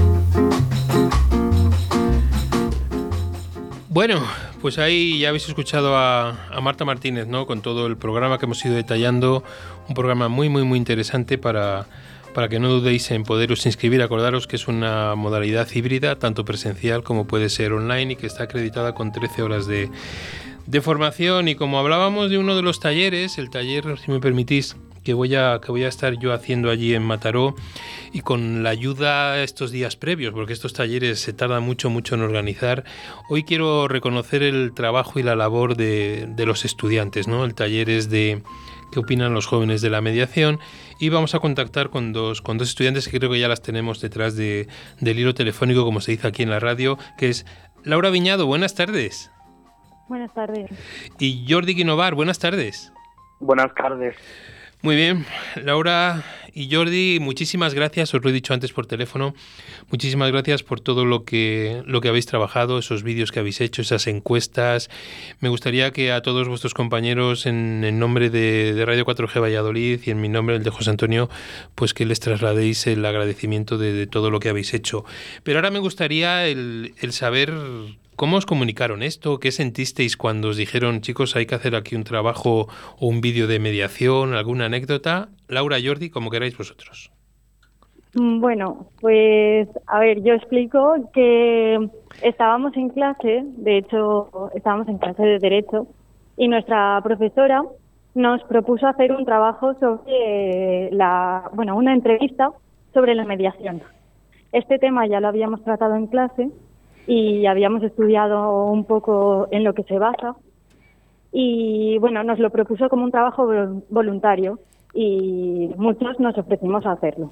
Bueno, pues ahí ya habéis escuchado a, a Marta Martínez, ¿no? Con todo el programa que hemos ido detallando, un programa muy, muy, muy interesante para... para que no dudéis en poderos inscribir. Acordaros que es una modalidad híbrida, tanto presencial como puede ser online, y que está acreditada con trece horas de, de formación. Y como hablábamos de uno de los talleres, el taller, si me permitís, que voy a, que voy a estar yo haciendo allí en Mataró, y con la ayuda estos días previos, porque estos talleres se tardan mucho, mucho en organizar, hoy quiero reconocer el trabajo y la labor de, de los estudiantes, ¿no? El taller es de qué opinan los jóvenes de la mediación, y vamos a contactar con dos, con dos estudiantes que creo que ya las tenemos detrás de, del hilo telefónico, como se dice aquí en la radio, que es Laura Viñado, buenas tardes. Buenas tardes. Y Jordi Guinovar, buenas tardes. Buenas tardes. Muy bien, Laura y Jordi, muchísimas gracias, os lo he dicho antes por teléfono, muchísimas gracias por todo lo que, lo que habéis trabajado, esos vídeos que habéis hecho, esas encuestas. Me gustaría que a todos vuestros compañeros, en, en nombre de, de Radio cuatro G Valladolid y en mi nombre, el de José Antonio, pues que les trasladéis el agradecimiento de, de todo lo que habéis hecho. Pero ahora me gustaría el, el saber... ¿Cómo os comunicaron esto? ¿Qué sentisteis cuando os dijeron, chicos, hay que hacer aquí un trabajo o un vídeo de mediación, alguna anécdota? Laura, Jordi, como queráis vosotros. Bueno, pues a ver, yo explico que estábamos en clase, de hecho estábamos en clase de Derecho, y nuestra profesora nos propuso hacer un trabajo sobre la, bueno, una entrevista sobre la mediación. Este tema ya lo habíamos tratado en clase y habíamos estudiado un poco en lo que se basa, y bueno, nos lo propuso como un trabajo voluntario y muchos nos ofrecimos a hacerlo.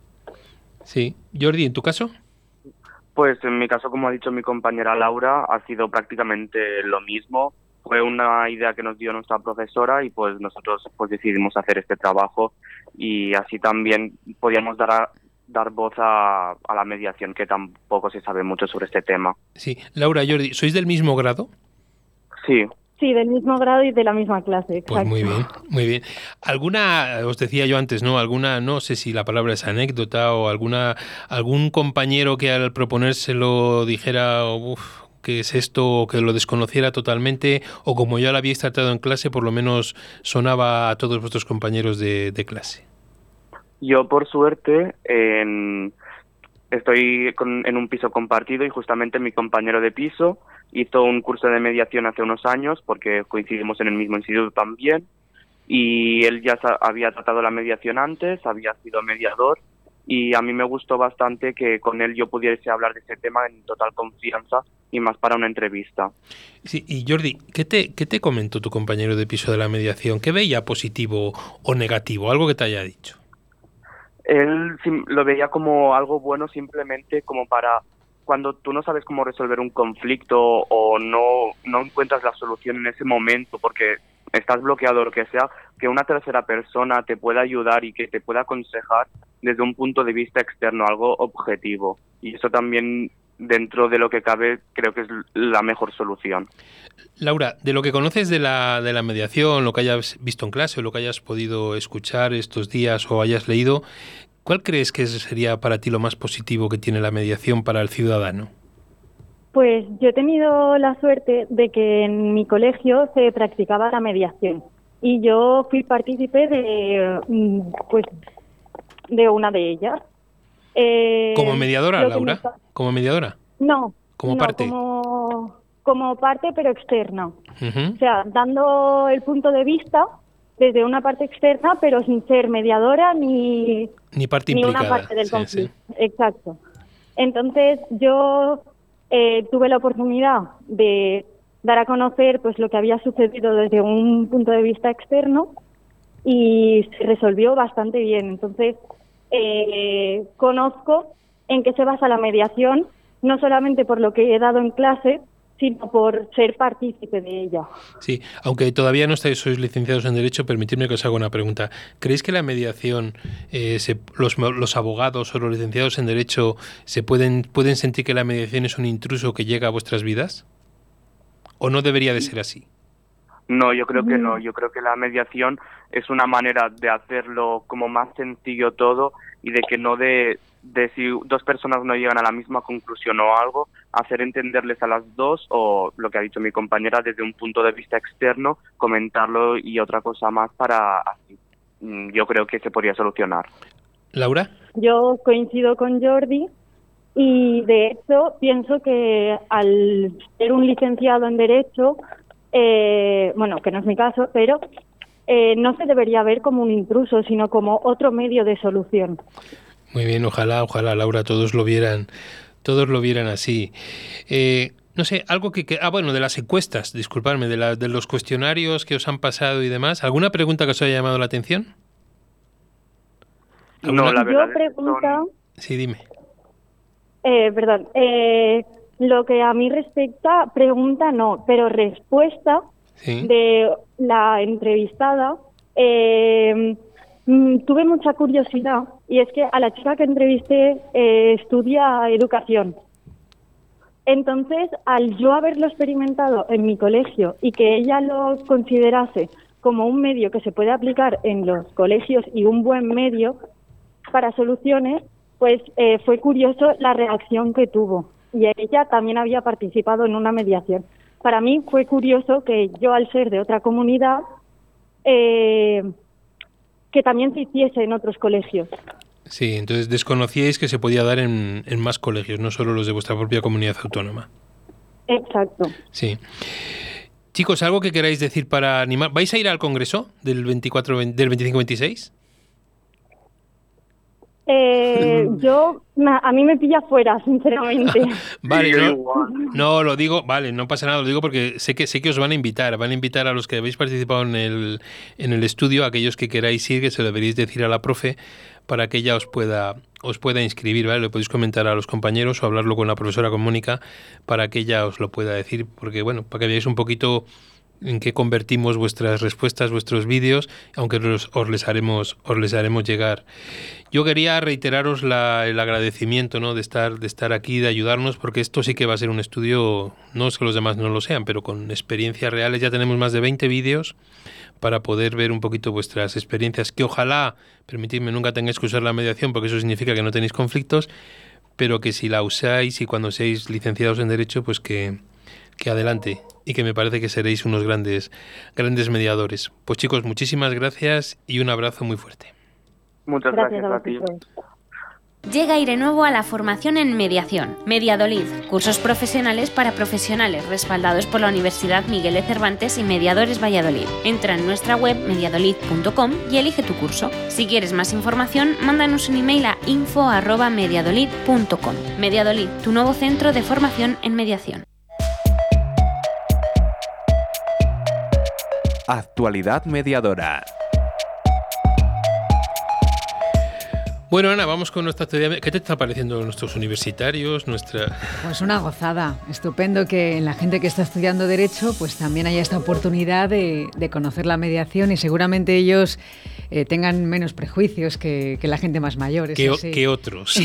Sí. Jordi, ¿en tu caso? Pues en mi caso, como ha dicho mi compañera Laura, ha sido prácticamente lo mismo. Fue una idea que nos dio nuestra profesora y pues nosotros pues decidimos hacer este trabajo, y así también podíamos dar a dar voz a, a la mediación, que tampoco se sabe mucho sobre este tema. Sí. Laura, Jordi, ¿sois del mismo grado? Sí. Sí, del mismo grado y de la misma clase, exacto. Pues muy bien, muy bien. ¿Alguna, os decía yo antes, ¿no? Alguna, no sé si la palabra es anécdota, o alguna algún compañero que al proponérselo dijera, uff, qué es esto, o que lo desconociera totalmente, o como ya lo habíais tratado en clase, por lo menos sonaba a todos vuestros compañeros de, de clase? Yo, por suerte, en, estoy con, en un piso compartido y justamente mi compañero de piso hizo un curso de mediación hace unos años, porque coincidimos en el mismo instituto también, y él ya había tratado la mediación antes, había sido mediador, y a mí me gustó bastante que con él yo pudiese hablar de ese tema en total confianza y más para una entrevista. Sí, y Jordi, ¿qué te, qué te comentó tu compañero de piso de la mediación? ¿Qué veía positivo o negativo? Algo que te haya dicho. Él lo veía como algo bueno, simplemente como para cuando tú no sabes cómo resolver un conflicto o no, no encuentras la solución en ese momento porque estás bloqueado o lo que sea, que una tercera persona te pueda ayudar y que te pueda aconsejar desde un punto de vista externo, algo objetivo. Y eso también, dentro de lo que cabe, creo que es la mejor solución. Laura, de lo que conoces de la, de la mediación, lo que hayas visto en clase o lo que hayas podido escuchar estos días o hayas leído, ¿cuál crees que sería para ti lo más positivo que tiene la mediación para el ciudadano? Pues yo he tenido la suerte de que en mi colegio se practicaba la mediación y yo fui partícipe de, pues, de una de ellas. Eh, ¿Como mediadora, Laura? Me... ¿Como mediadora? No. ¿Como no, parte? Como, como parte, pero externa. Uh-huh. O sea, dando el punto de vista desde una parte externa, pero sin ser mediadora ni, ni, parte ni implicada. una parte del sí, conflicto. Sí. Exacto. Entonces, yo eh, tuve la oportunidad de dar a conocer pues lo que había sucedido desde un punto de vista externo y se resolvió bastante bien. Entonces, eh, conozco en qué se basa la mediación, no solamente por lo que he dado en clase, sino por ser partícipe de ella. Sí, aunque todavía no estáis, sois licenciados en Derecho, permitidme que os haga una pregunta. ¿Creéis que la mediación, eh, se, los, los abogados o los licenciados en Derecho se pueden, pueden sentir que la mediación es un intruso que llega a vuestras vidas? ¿O no debería de ser así? No, yo creo que no. Yo creo que la mediación es una manera de hacerlo como más sencillo todo y de que no de... de si dos personas no llegan a la misma conclusión o algo, hacer entenderles a las dos, o lo que ha dicho mi compañera, desde un punto de vista externo, comentarlo y otra cosa más para así. Yo creo que se podría solucionar. ¿Laura? Yo coincido con Jordi y de hecho pienso que al ser un licenciado en Derecho, eh, bueno, que no es mi caso, pero eh, no se debería ver como un intruso, sino como otro medio de solución. Muy bien, ojalá, ojalá, Laura, todos lo vieran, todos lo vieran así. Eh, no sé, algo que, que... Ah, bueno, de las encuestas, disculpadme, de, la, de los cuestionarios que os han pasado y demás. ¿Alguna pregunta que os haya llamado la atención? No, la verdad. Yo pregunta... Son... Sí, dime. Eh, perdón, eh, lo que a mí respecta, pregunta no, pero respuesta ¿Sí? de la entrevistada... Eh, tuve mucha curiosidad y es que a la chica que entrevisté eh, estudia educación. Entonces, al yo haberlo experimentado en mi colegio y que ella lo considerase como un medio que se puede aplicar en los colegios y un buen medio para soluciones, pues eh, fue curioso la reacción que tuvo. Y ella también había participado en una mediación. Para mí fue curioso que yo, al ser de otra comunidad, eh, que también se hiciese en otros colegios. Sí, entonces desconocíais que se podía dar en, en más colegios, no solo los de vuestra propia comunidad autónoma. Exacto. Sí. Chicos, ¿algo que queráis decir para animar? ¿Vais a ir al congreso del veinticuatro, del veinticinco veintiséis? Eh, yo, a mí me pilla fuera, sinceramente. Vale, no, no, lo digo, vale, no pasa nada, lo digo porque sé que sé que os van a invitar, van a invitar a los que habéis participado en el, en el estudio, a aquellos que queráis ir, que se lo deberéis decir a la profe, para que ella os pueda, os pueda inscribir, ¿vale? Lo podéis comentar a los compañeros o hablarlo con la profesora, con Mónica, para que ella os lo pueda decir, porque bueno, para que veáis un poquito en qué convertimos vuestras respuestas, vuestros vídeos, aunque os, os les haremos os les haremos llegar. Yo quería reiteraros la, el agradecimiento, ¿no?, de estar de estar aquí, de ayudarnos, porque esto sí que va a ser un estudio, no es que los demás no lo sean, pero con experiencias reales. Ya tenemos más de veinte vídeos para poder ver un poquito vuestras experiencias, que ojalá, permitidme, nunca tengáis que usar la mediación, porque eso significa que no tenéis conflictos, pero que si la usáis y cuando seáis licenciados en Derecho, pues que que adelante y que me parece que seréis unos grandes, grandes mediadores. Pues chicos, muchísimas gracias y un abrazo muy fuerte. Muchas gracias, gracias a ti. Llega Aire Nuevo a la formación en mediación. Mediadolid, cursos profesionales para profesionales respaldados por la Universidad Miguel de Cervantes y Mediadores Valladolid. Entra en nuestra web mediadolid punto com y elige tu curso. Si quieres más información, mándanos un email a info arroba mediadolid punto com. Mediadolid, tu nuevo centro de formación en mediación. Actualidad mediadora. Bueno, Ana, vamos con nuestra actualidad. ¿Qué te está pareciendo nuestros universitarios? Nuestra... Pues una gozada. Estupendo que en la gente que está estudiando Derecho pues también haya esta oportunidad de, de conocer la mediación y seguramente ellos eh, tengan menos prejuicios que, que la gente más mayor. Que, que otros.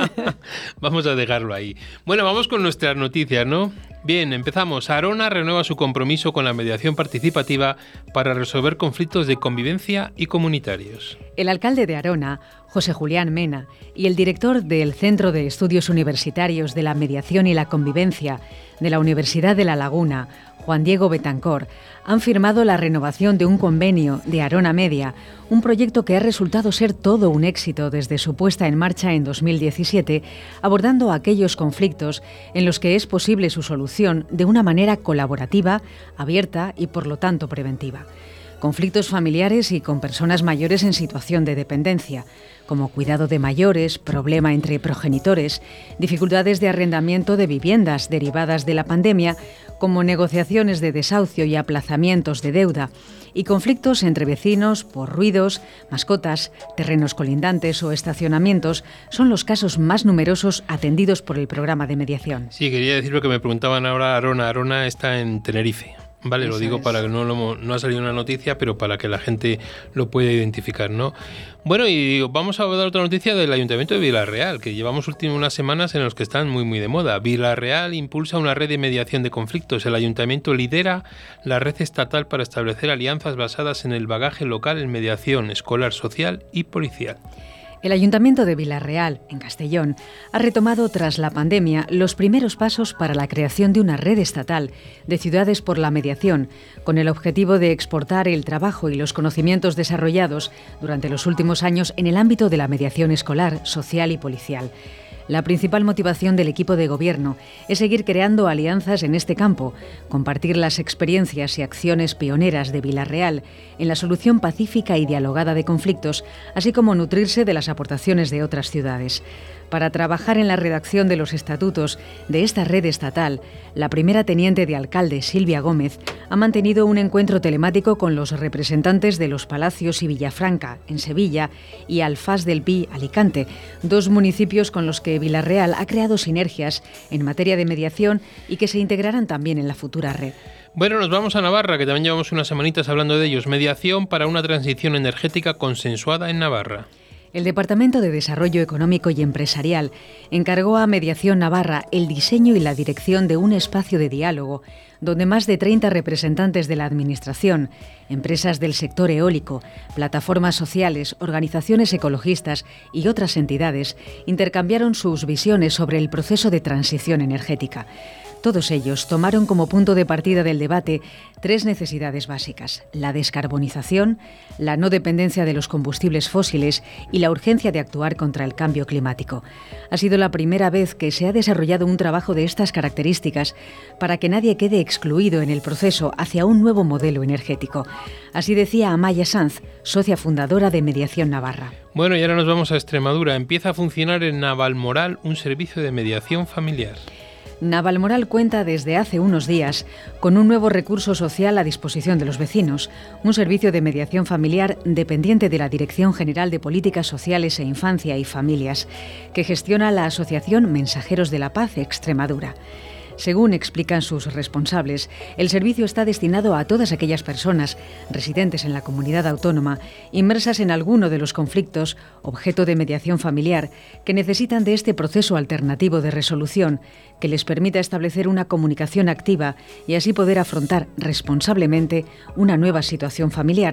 Vamos a dejarlo ahí. Bueno, vamos con nuestras noticias, ¿no? Bien, empezamos. Arona renueva su compromiso con la mediación participativa para resolver conflictos de convivencia y comunitarios. El alcalde de Arona, José Julián Mena, y el director del Centro de Estudios Universitarios de la Mediación y la Convivencia de la Universidad de La Laguna, Juan Diego Betancor, han firmado la renovación de un convenio de Arona Media, un proyecto que ha resultado ser todo un éxito desde su puesta en marcha en dos mil diecisiete, abordando aquellos conflictos en los que es posible su solución de una manera colaborativa, abierta y por lo tanto preventiva. Conflictos familiares y con personas mayores en situación de dependencia, como cuidado de mayores, problema entre progenitores, dificultades de arrendamiento de viviendas derivadas de la pandemia, como negociaciones de desahucio y aplazamientos de deuda, y conflictos entre vecinos por ruidos, mascotas, terrenos colindantes o estacionamientos son los casos más numerosos atendidos por el programa de mediación. Sí, quería decir lo que me preguntaban ahora. Arona, Arona está en Tenerife. Vale, Eso lo digo es. para que no, lo, no ha salido una noticia, pero para que la gente lo pueda identificar, ¿no? Bueno, y vamos a dar otra noticia del Ayuntamiento de Vila-real, que llevamos últimas unas semanas en los que están muy, muy de moda. Vila-real impulsa una red de mediación de conflictos. El Ayuntamiento lidera la red estatal para establecer alianzas basadas en el bagaje local en mediación escolar, social y policial. El Ayuntamiento de Vila-real, en Castellón, ha retomado tras la pandemia los primeros pasos para la creación de una red estatal de ciudades por la mediación, con el objetivo de exportar el trabajo y los conocimientos desarrollados durante los últimos años en el ámbito de la mediación escolar, social y policial. La principal motivación del equipo de gobierno es seguir creando alianzas en este campo, compartir las experiencias y acciones pioneras de Vila-real en la solución pacífica y dialogada de conflictos, así como nutrirse de las aportaciones de otras ciudades. Para trabajar en la redacción de los estatutos de esta red estatal, la primera teniente de alcalde, Silvia Gómez, ha mantenido un encuentro telemático con los representantes de Los Palacios y Villafranca, en Sevilla, y Alfás del Pi, Alicante, dos municipios con los que Vila-real ha creado sinergias en materia de mediación y que se integrarán también en la futura red. Bueno, nos vamos a Navarra, que también llevamos unas semanitas hablando de ellos. Mediación para una transición energética consensuada en Navarra. El Departamento de Desarrollo Económico y Empresarial encargó a Mediación Navarra el diseño y la dirección de un espacio de diálogo donde más de treinta representantes de la Administración, empresas del sector eólico, plataformas sociales, organizaciones ecologistas y otras entidades intercambiaron sus visiones sobre el proceso de transición energética. Todos ellos tomaron como punto de partida del debate tres necesidades básicas: la descarbonización, la no dependencia de los combustibles fósiles y la urgencia de actuar contra el cambio climático. Ha sido la primera vez que se ha desarrollado un trabajo de estas características para que nadie quede excluido en el proceso hacia un nuevo modelo energético. Así decía Amaya Sanz, socia fundadora de Mediación Navarra. Bueno, y ahora nos vamos a Extremadura. Empieza a funcionar en Navalmoral un servicio de mediación familiar. Navalmoral cuenta desde hace unos días con un nuevo recurso social a disposición de los vecinos, un servicio de mediación familiar dependiente de la Dirección General de Políticas Sociales e Infancia y Familias, que gestiona la Asociación Mensajeros de la Paz Extremadura. Según explican sus responsables, el servicio está destinado a todas aquellas personas residentes en la comunidad autónoma, inmersas en alguno de los conflictos, objeto de mediación familiar, que necesitan de este proceso alternativo de resolución que les permita establecer una comunicación activa y así poder afrontar responsablemente una nueva situación familiar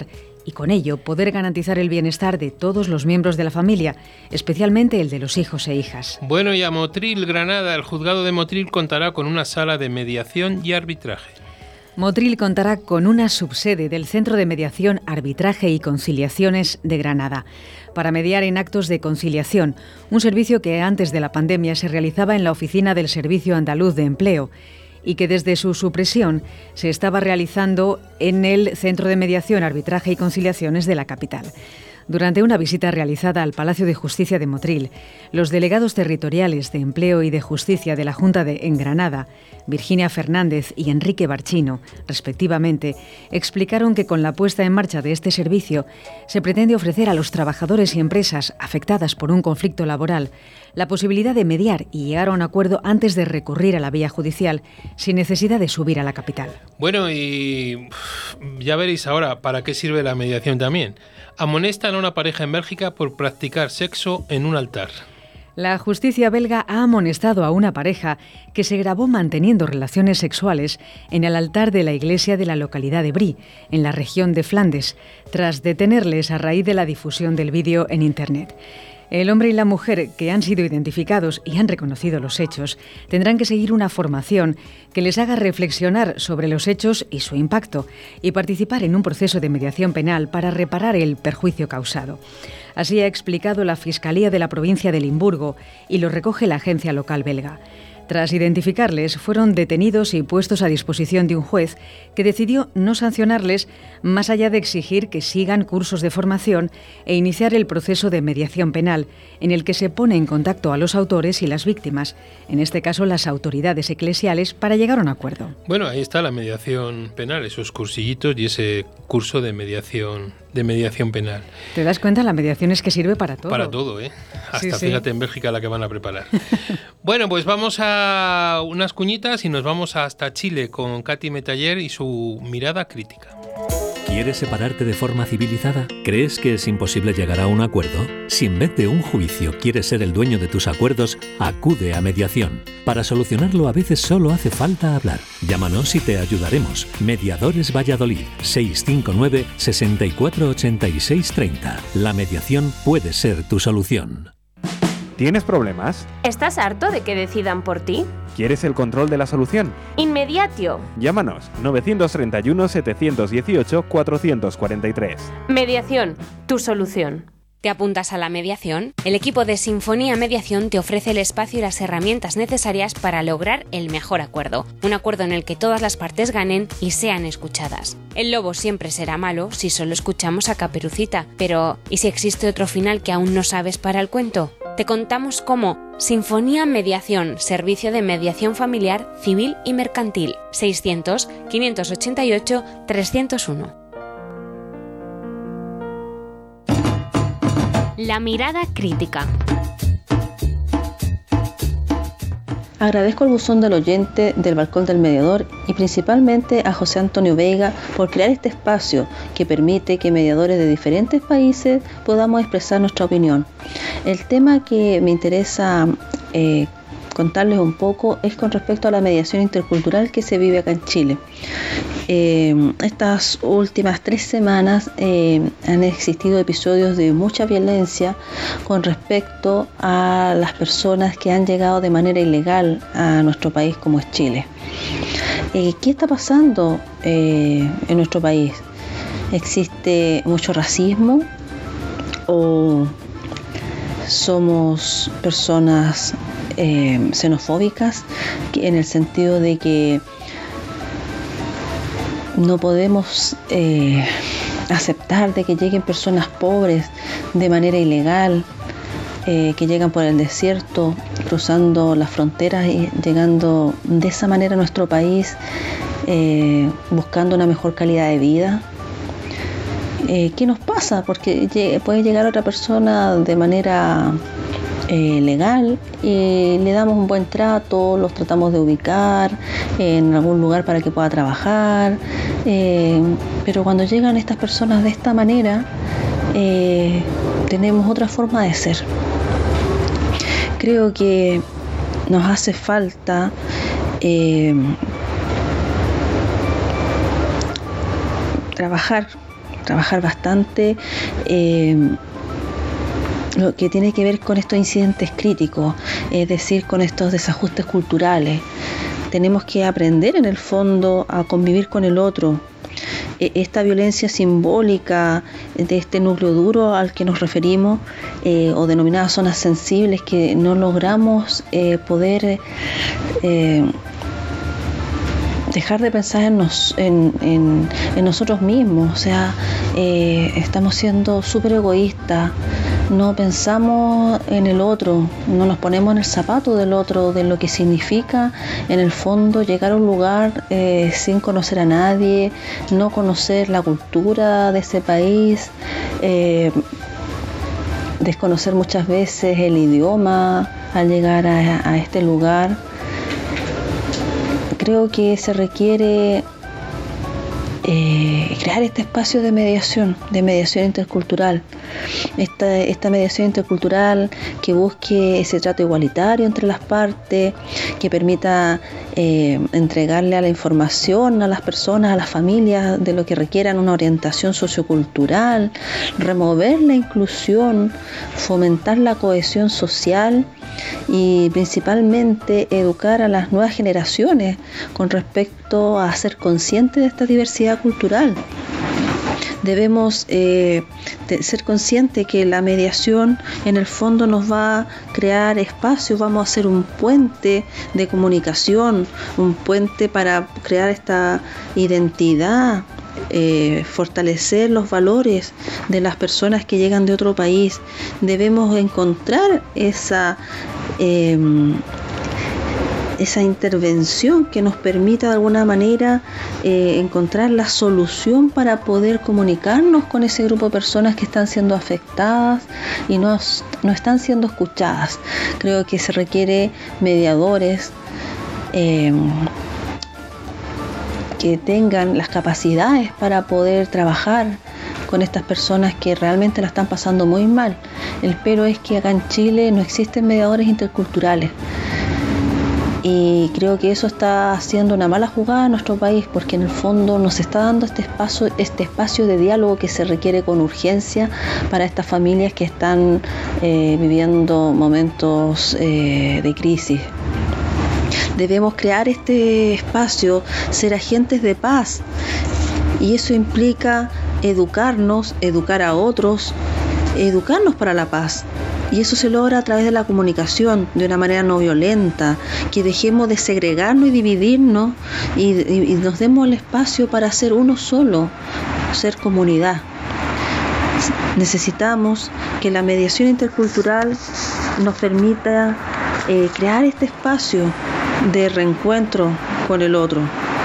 y con ello poder garantizar el bienestar de todos los miembros de la familia, especialmente el de los hijos e hijas. Bueno, y a Motril, Granada, el juzgado de Motril contará con una sala de mediación y arbitraje. Motril contará con una subsede del Centro de Mediación, Arbitraje y Conciliaciones de Granada para mediar en actos de conciliación, un servicio que antes de la pandemia se realizaba en la oficina del Servicio Andaluz de Empleo y que desde su supresión se estaba realizando en el Centro de Mediación, Arbitraje y Conciliaciones de la capital. Durante una visita realizada al Palacio de Justicia de Motril, los delegados territoriales de Empleo y de Justicia de la Junta de en Granada, Virginia Fernández y Enrique Barchino, respectivamente, explicaron que con la puesta en marcha de este servicio se pretende ofrecer a los trabajadores y empresas afectadas por un conflicto laboral la posibilidad de mediar y llegar a un acuerdo antes de recurrir a la vía judicial sin necesidad de subir a la capital. Bueno, y ya veréis ahora para qué sirve la mediación también. Amonestan a una pareja en Bélgica por practicar sexo en un altar. La justicia belga ha amonestado a una pareja que se grabó manteniendo relaciones sexuales en el altar de la iglesia de la localidad de Brie, en la región de Flandes, tras detenerles a raíz de la difusión del vídeo en Internet. El hombre y la mujer, que han sido identificados y han reconocido los hechos, tendrán que seguir una formación que les haga reflexionar sobre los hechos y su impacto y participar en un proceso de mediación penal para reparar el perjuicio causado. Así ha explicado la Fiscalía de la provincia de Limburgo y lo recoge la agencia local belga. Tras identificarles, fueron detenidos y puestos a disposición de un juez que decidió no sancionarles más allá de exigir que sigan cursos de formación e iniciar el proceso de mediación penal, en el que se pone en contacto a los autores y las víctimas, en este caso las autoridades eclesiales, para llegar a un acuerdo. Bueno, ahí está la mediación penal, esos cursillitos y ese curso de mediación de mediación penal. ¿Te das cuenta? La mediación es que sirve para todo. Para todo, ¿eh? Hasta sí, sí. Fíjate en Bélgica la que van a preparar. Bueno, pues vamos a unas cuñitas y nos vamos hasta Chile con Katy Metaller y su mirada crítica. ¿Quieres separarte de forma civilizada? ¿Crees que es imposible llegar a un acuerdo? Si en vez de un juicio quieres ser el dueño de tus acuerdos, acude a mediación. Para solucionarlo a veces solo hace falta hablar. Llámanos y te ayudaremos. Mediadores Valladolid, seis cinco nueve, seis cuatro ocho seis tres cero. La mediación puede ser tu solución. ¿Tienes problemas? ¿Estás harto de que decidan por ti? ¿Quieres el control de la solución? Inmediatio. Llámanos novecientos treinta y uno, setecientos dieciocho, cuatrocientos cuarenta y tres. Mediación, tu solución. ¿Te apuntas a la mediación? El equipo de Sinfonía Mediación te ofrece el espacio y las herramientas necesarias para lograr el mejor acuerdo. Un acuerdo en el que todas las partes ganen y sean escuchadas. El lobo siempre será malo si solo escuchamos a Caperucita. Pero, ¿y si existe otro final que aún no sabes para el cuento? Te contamos cómo. Sinfonía Mediación, servicio de mediación familiar, civil y mercantil. seiscientos, quinientos ochenta y ocho, trescientos uno. La mirada crítica. Agradezco al buzón del oyente del Balcón del Mediador y principalmente a José Antonio Vega por crear este espacio que permite que mediadores de diferentes países podamos expresar nuestra opinión. El tema que me interesa eh, contarles un poco es con respecto a la mediación intercultural que se vive acá en Chile. Eh, estas últimas tres semanas eh, han existido episodios de mucha violencia con respecto a las personas que han llegado de manera ilegal a nuestro país como es Chile. Eh, ¿Qué está pasando eh, en nuestro país? ¿Existe mucho racismo o somos personas eh, xenofóbicas en el sentido de que no podemos eh, aceptar de que lleguen personas pobres de manera ilegal, eh, que llegan por el desierto, cruzando las fronteras y llegando de esa manera a nuestro país, eh, buscando una mejor calidad de vida? Eh, ¿Qué nos pasa? Porque puede llegar otra persona de manera eh, legal y le damos un buen trato, los tratamos de ubicar en algún lugar para que pueda trabajar, eh, pero cuando llegan estas personas de esta manera, eh, tenemos otra forma de ser. Creo que nos hace falta eh, trabajar trabajar bastante eh, lo que tiene que ver con estos incidentes críticos, es decir, con estos desajustes culturales. Tenemos que aprender en el fondo a convivir con el otro. Esta violencia simbólica de este núcleo duro al que nos referimos, eh, o denominadas zonas sensibles, que no logramos eh, poder eh, dejar de pensar en, nos, en, en, en nosotros mismos. O sea, eh, estamos siendo súper egoístas, no pensamos en el otro, no nos ponemos en el zapato del otro, de lo que significa en el fondo llegar a un lugar eh, sin conocer a nadie, no conocer la cultura de ese país, eh, desconocer muchas veces el idioma al llegar a, a este lugar. Creo que se requiere eh, crear este espacio de mediación, de mediación intercultural. Esta, esta mediación intercultural que busque ese trato igualitario entre las partes, que permita eh, entregarle a la información a las personas, a las familias, de lo que requieran una orientación sociocultural, remover la inclusión, fomentar la cohesión social y principalmente educar a las nuevas generaciones con respecto a ser conscientes de esta diversidad cultural. Debemos eh, de ser conscientes que la mediación en el fondo nos va a crear espacios, vamos a hacer un puente de comunicación, un puente para crear esta identidad, eh, fortalecer los valores de las personas que llegan de otro país. Debemos encontrar esa eh, esa intervención que nos permita de alguna manera eh, encontrar la solución para poder comunicarnos con ese grupo de personas que están siendo afectadas y no, no están siendo escuchadas. Creo que se requiere mediadores eh, que tengan las capacidades para poder trabajar con estas personas que realmente la están pasando muy mal. El pero es que acá en Chile no existen mediadores interculturales. Y creo que eso está haciendo una mala jugada en nuestro país, porque en el fondo nos está dando este espacio, este espacio de diálogo que se requiere con urgencia para estas familias que están eh, viviendo momentos eh, de crisis. Debemos crear este espacio, ser agentes de paz, y eso implica educarnos, educar a otros, educarnos para la paz. Y eso se logra a través de la comunicación, de una manera no violenta, que dejemos de segregarnos y dividirnos y, y, y nos demos el espacio para ser uno solo, ser comunidad. Necesitamos que la mediación intercultural nos permita eh, crear este espacio de reencuentro con el otro.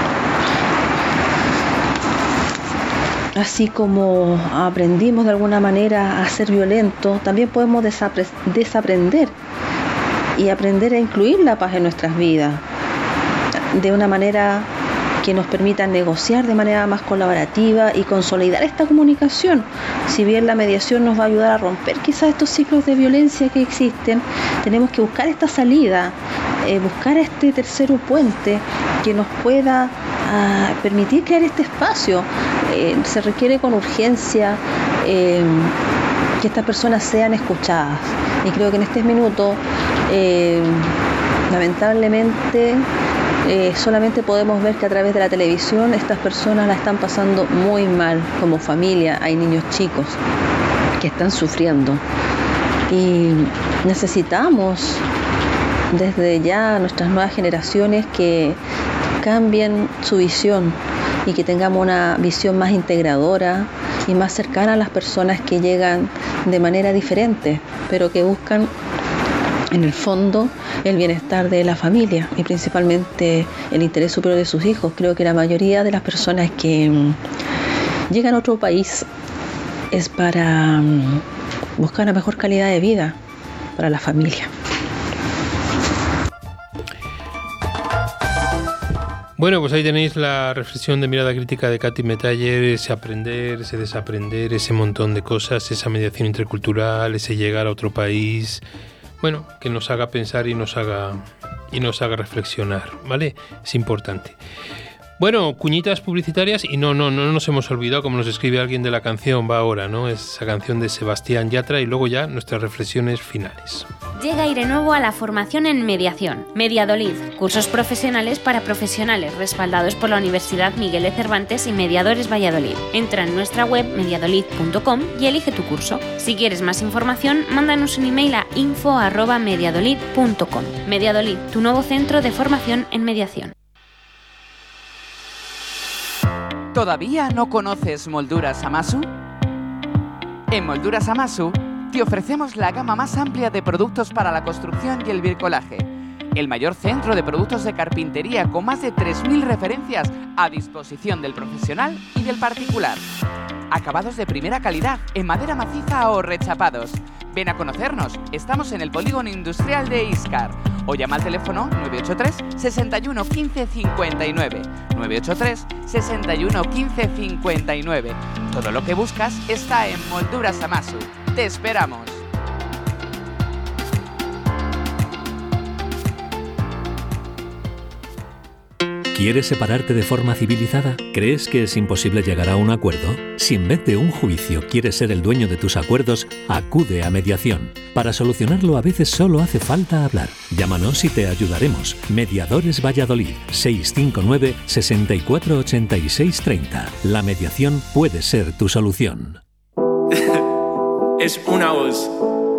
Así como aprendimos de alguna manera a ser violentos, también podemos desapre- desaprender y aprender a incluir la paz en nuestras vidas de una manera que nos permita negociar de manera más colaborativa y consolidar esta comunicación. Si bien la mediación nos va a ayudar a romper quizás estos ciclos de violencia que existen, tenemos que buscar esta salida, eh, buscar este tercer puente que nos pueda uh, permitir crear este espacio. Eh, se requiere con urgencia eh, que estas personas sean escuchadas, y creo que en este minuto eh, lamentablemente eh, solamente podemos ver que a través de la televisión estas personas la están pasando muy mal como familia. Hay niños chicos que están sufriendo y necesitamos desde ya nuestras nuevas generaciones que cambien su visión y que tengamos una visión más integradora y más cercana a las personas que llegan de manera diferente, pero que buscan en el fondo el bienestar de la familia y principalmente el interés superior de sus hijos. Creo que la mayoría de las personas que llegan a otro país es para buscar una mejor calidad de vida para la familia. Bueno, pues ahí tenéis la reflexión de mirada crítica de Katy Metaller, ese aprender, ese desaprender, ese montón de cosas, esa mediación intercultural, ese llegar a otro país, bueno, que nos haga pensar y nos haga y nos haga reflexionar, ¿vale? Es importante. Bueno, cuñitas publicitarias y no, no, no nos hemos olvidado, como nos escribe alguien de la canción, va ahora, ¿no? Esa canción de Sebastián Yatra y luego ya nuestras reflexiones finales. Llega Aire Nuevo a la formación en mediación. Mediadolid, cursos profesionales para profesionales respaldados por la Universidad Miguel de Cervantes y Mediadores Valladolid. Entra en nuestra web mediadolid punto com y elige tu curso. Si quieres más información, mándanos un email a info arroba mediadolid punto com. Mediadolid, tu nuevo centro de formación en mediación. ¿Todavía no conoces Molduras Amasu? En Molduras Amasu te ofrecemos la gama más amplia de productos para la construcción y el bricolaje. El mayor centro de productos de carpintería con más de tres mil referencias a disposición del profesional y del particular. Acabados de primera calidad en madera maciza o rechapados. Ven a conocernos, estamos en el polígono industrial de Íscar. O llama al teléfono nueve ocho tres, sesenta y uno, quince, cincuenta y nueve. nueve ocho tres, sesenta y uno, quince, cincuenta y nueve. Todo lo que buscas está en Molduras Amasu. ¡Te esperamos! ¿Quieres separarte de forma civilizada? ¿Crees que es imposible llegar a un acuerdo? Si en vez de un juicio quieres ser el dueño de tus acuerdos, acude a mediación. Para solucionarlo a veces solo hace falta hablar. Llámanos y te ayudaremos. Mediadores Valladolid, seis cinco nueve, seis cuatro ocho seis tres cero. La mediación puede ser tu solución. Es una voz.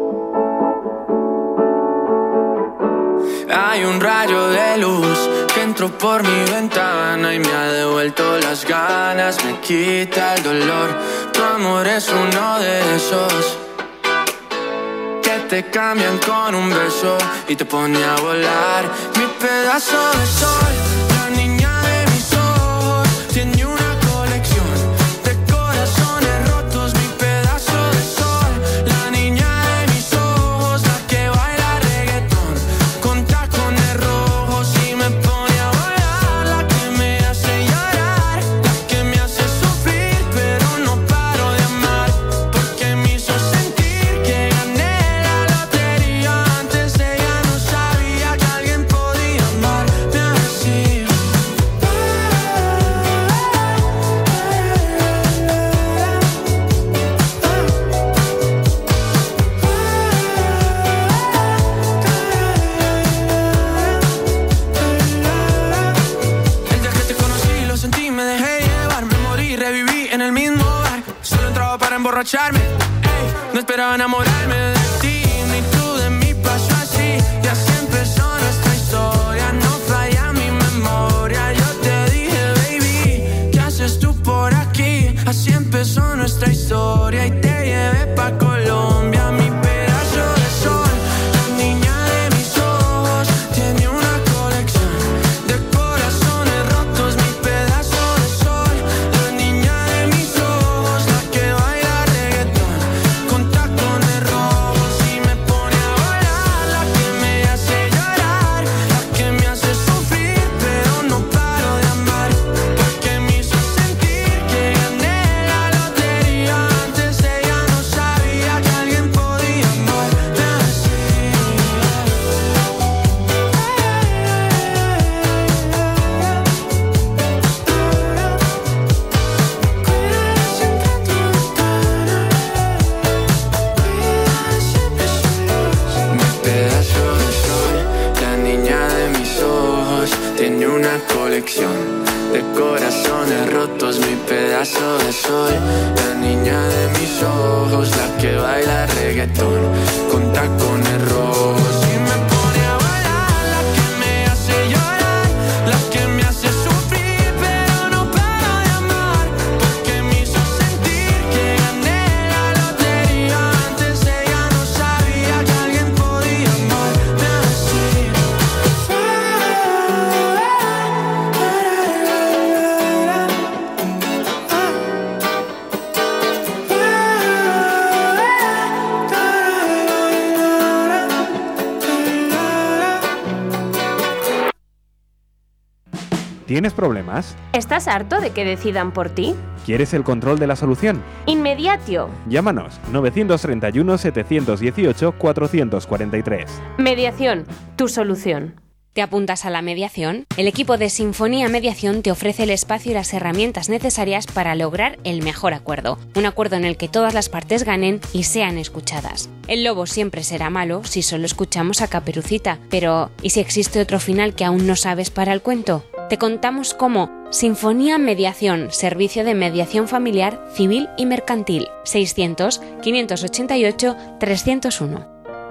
Hay un rayo de luz que entró por mi ventana y me ha devuelto las ganas, me quita el dolor. Tu amor es uno de esos que te cambian con un beso y te pone a volar. Mi pedazo de sol, la niña de mis ojos, tiene una colección de corazones rotos. Mi pedazo de sol, la niña de mis ojos, la que baila reggaetón con tacones rojos y me pone a volar. La que me hace llorar, la que me hace sufrir, pero no paro de amar, porque me hizo sentir que gané la lotería. Antes ella no sabía que alguien podía amarme así. El día que te conocí lo sentí, me dejé llevar, me morí, reviví en el mismo bar. Solo entraba para emborracharme, ey, no esperaba enamorarme de ti, ni tú de mí, pasó así. Y así empezó nuestra historia, no falla mi memoria. Yo te dije, baby, ¿qué haces tú por aquí? Así empezó nuestra historia y te llevé pa' Colombia. Mi pedazo de sol, la niña de mis ojos, tiene una colección de corazones rotos. Mi pedazo de sol, la niña de mis ojos, la que baila reggaetón con tacones rojos y me pone a volar. La que me hace llorar, la que me hace sufrir, pero no paro de amar, porque me hizo sentir que gané la lotería. Antes ella no sabía que alguien podía amarme así. Mi pedazo de sol, la niña de mis ojos, tiene una colección de corazones rotos. Mi pedazo de sol, la niña de mis ojos, la que baila reggaetón con tacones rojos y me pone a volar. La que me hace llorar, la que me hace sufrir, pero no paro de amar, porque me hizo sentir que gané la lotería. Antes ella no sabía que alguien podía amarme así. ¿Tienes problemas? ¿Estás harto de que decidan por ti? ¿Quieres el control de la solución? Inmediatio. Llámanos novecientos treinta y uno, setecientos dieciocho, cuatrocientos cuarenta y tres. Mediación, tu solución. ¿Te apuntas a la mediación? El equipo de Sinfonía Mediación te ofrece el espacio y las herramientas necesarias para lograr el mejor acuerdo. Un acuerdo en el que todas las partes ganen y sean escuchadas. El lobo siempre será malo si solo escuchamos a Caperucita, pero ¿y si existe otro final que aún no sabes para el cuento? Te contamos cómo. Sinfonía Mediación, servicio de mediación familiar, civil y mercantil. seiscientos, quinientos ochenta y ocho, trescientos uno.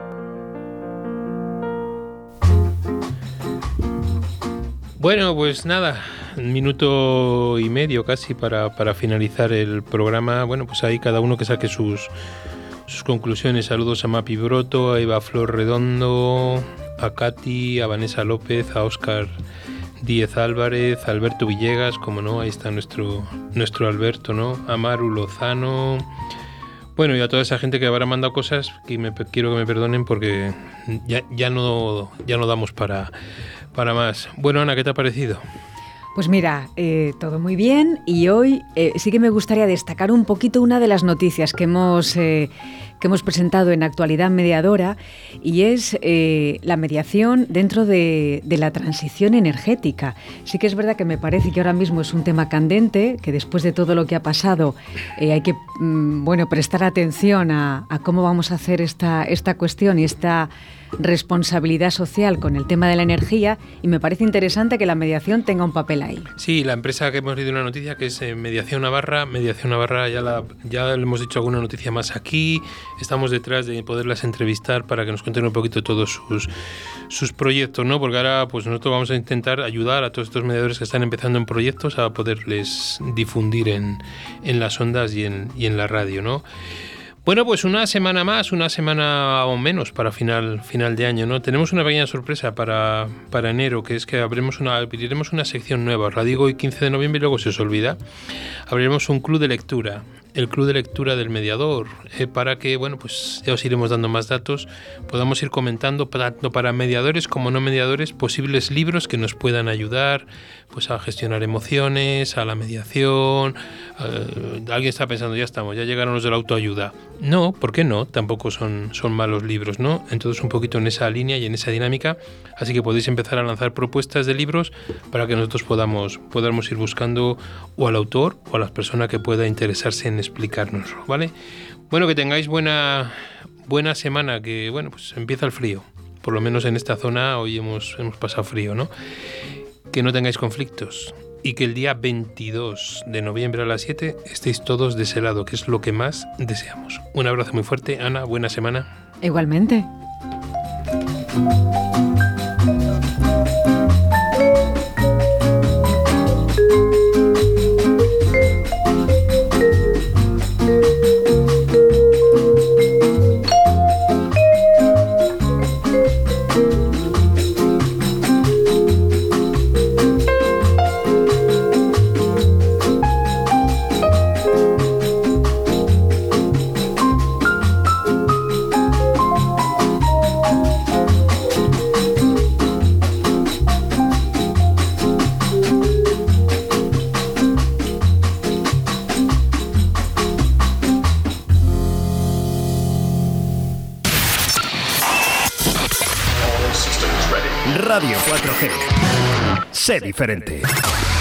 Bueno, pues nada, un minuto y medio casi para, para finalizar el programa. Bueno, pues ahí cada uno que saque sus, sus conclusiones. Saludos a Mapi Broto, a Eva Flor Redondo, a Katy, a Vanessa López, a Óscar Díez Álvarez, a Alberto Villegas, como no, ahí está nuestro, nuestro Alberto, ¿no? A Maru Lozano. Bueno, y a toda esa gente que habrá mandado cosas que me, quiero que me perdonen porque ya, ya, no, ya no damos para... para más. Bueno, Ana, ¿qué te ha parecido? Pues mira, eh, todo muy bien y hoy eh, sí que me gustaría destacar un poquito una de las noticias que hemos, eh, que hemos presentado en Actualidad Mediadora y es eh, la mediación dentro de, de la transición energética. Sí que es verdad que me parece que ahora mismo es un tema candente, que después de todo lo que ha pasado eh, hay que mm, bueno, prestar atención a, a cómo vamos a hacer esta, esta cuestión y esta responsabilidad social con el tema de la energía, y me parece interesante que la mediación tenga un papel ahí. Sí, la empresa que hemos leído una noticia que es eh, Mediación Navarra, Mediación Navarra ya, la, ya le hemos dicho alguna noticia más aquí, estamos detrás de poderlas entrevistar para que nos cuenten un poquito todos sus, sus proyectos, ¿no? Porque ahora pues nosotros vamos a intentar ayudar a todos estos mediadores que están empezando en proyectos a poderles difundir en, en las ondas y en, y en la radio, ¿no? Bueno, pues una semana más, una semana o menos para final, final de año, ¿no? Tenemos una pequeña sorpresa para, para enero, que es que abriremos una, abriremos una sección nueva. Os la digo hoy quince de noviembre y luego se os olvida. Abriremos un club de lectura, el club de lectura del mediador, eh, para que, bueno, pues ya os iremos dando más datos, podamos ir comentando tanto para mediadores como no mediadores posibles libros que nos puedan ayudar pues a gestionar emociones, a la mediación. Eh, alguien está pensando, ya estamos, ya llegaron los de la autoayuda. No, ¿por qué no? Tampoco son, son malos libros, ¿no? Entonces un poquito en esa línea y en esa dinámica, así que podéis empezar a lanzar propuestas de libros para que nosotros podamos, podamos ir buscando o al autor o a la persona que pueda interesarse en explicarnos, ¿vale? Bueno, que tengáis buena, buena semana, que bueno, pues empieza el frío, por lo menos en esta zona hoy hemos, hemos pasado frío, ¿no? Que no tengáis conflictos y que el día veintidós de noviembre a las siete estéis todos de ese lado, que es lo que más deseamos. Un abrazo muy fuerte, Ana, buena semana. Igualmente. Radio cuatro G. Sé diferente.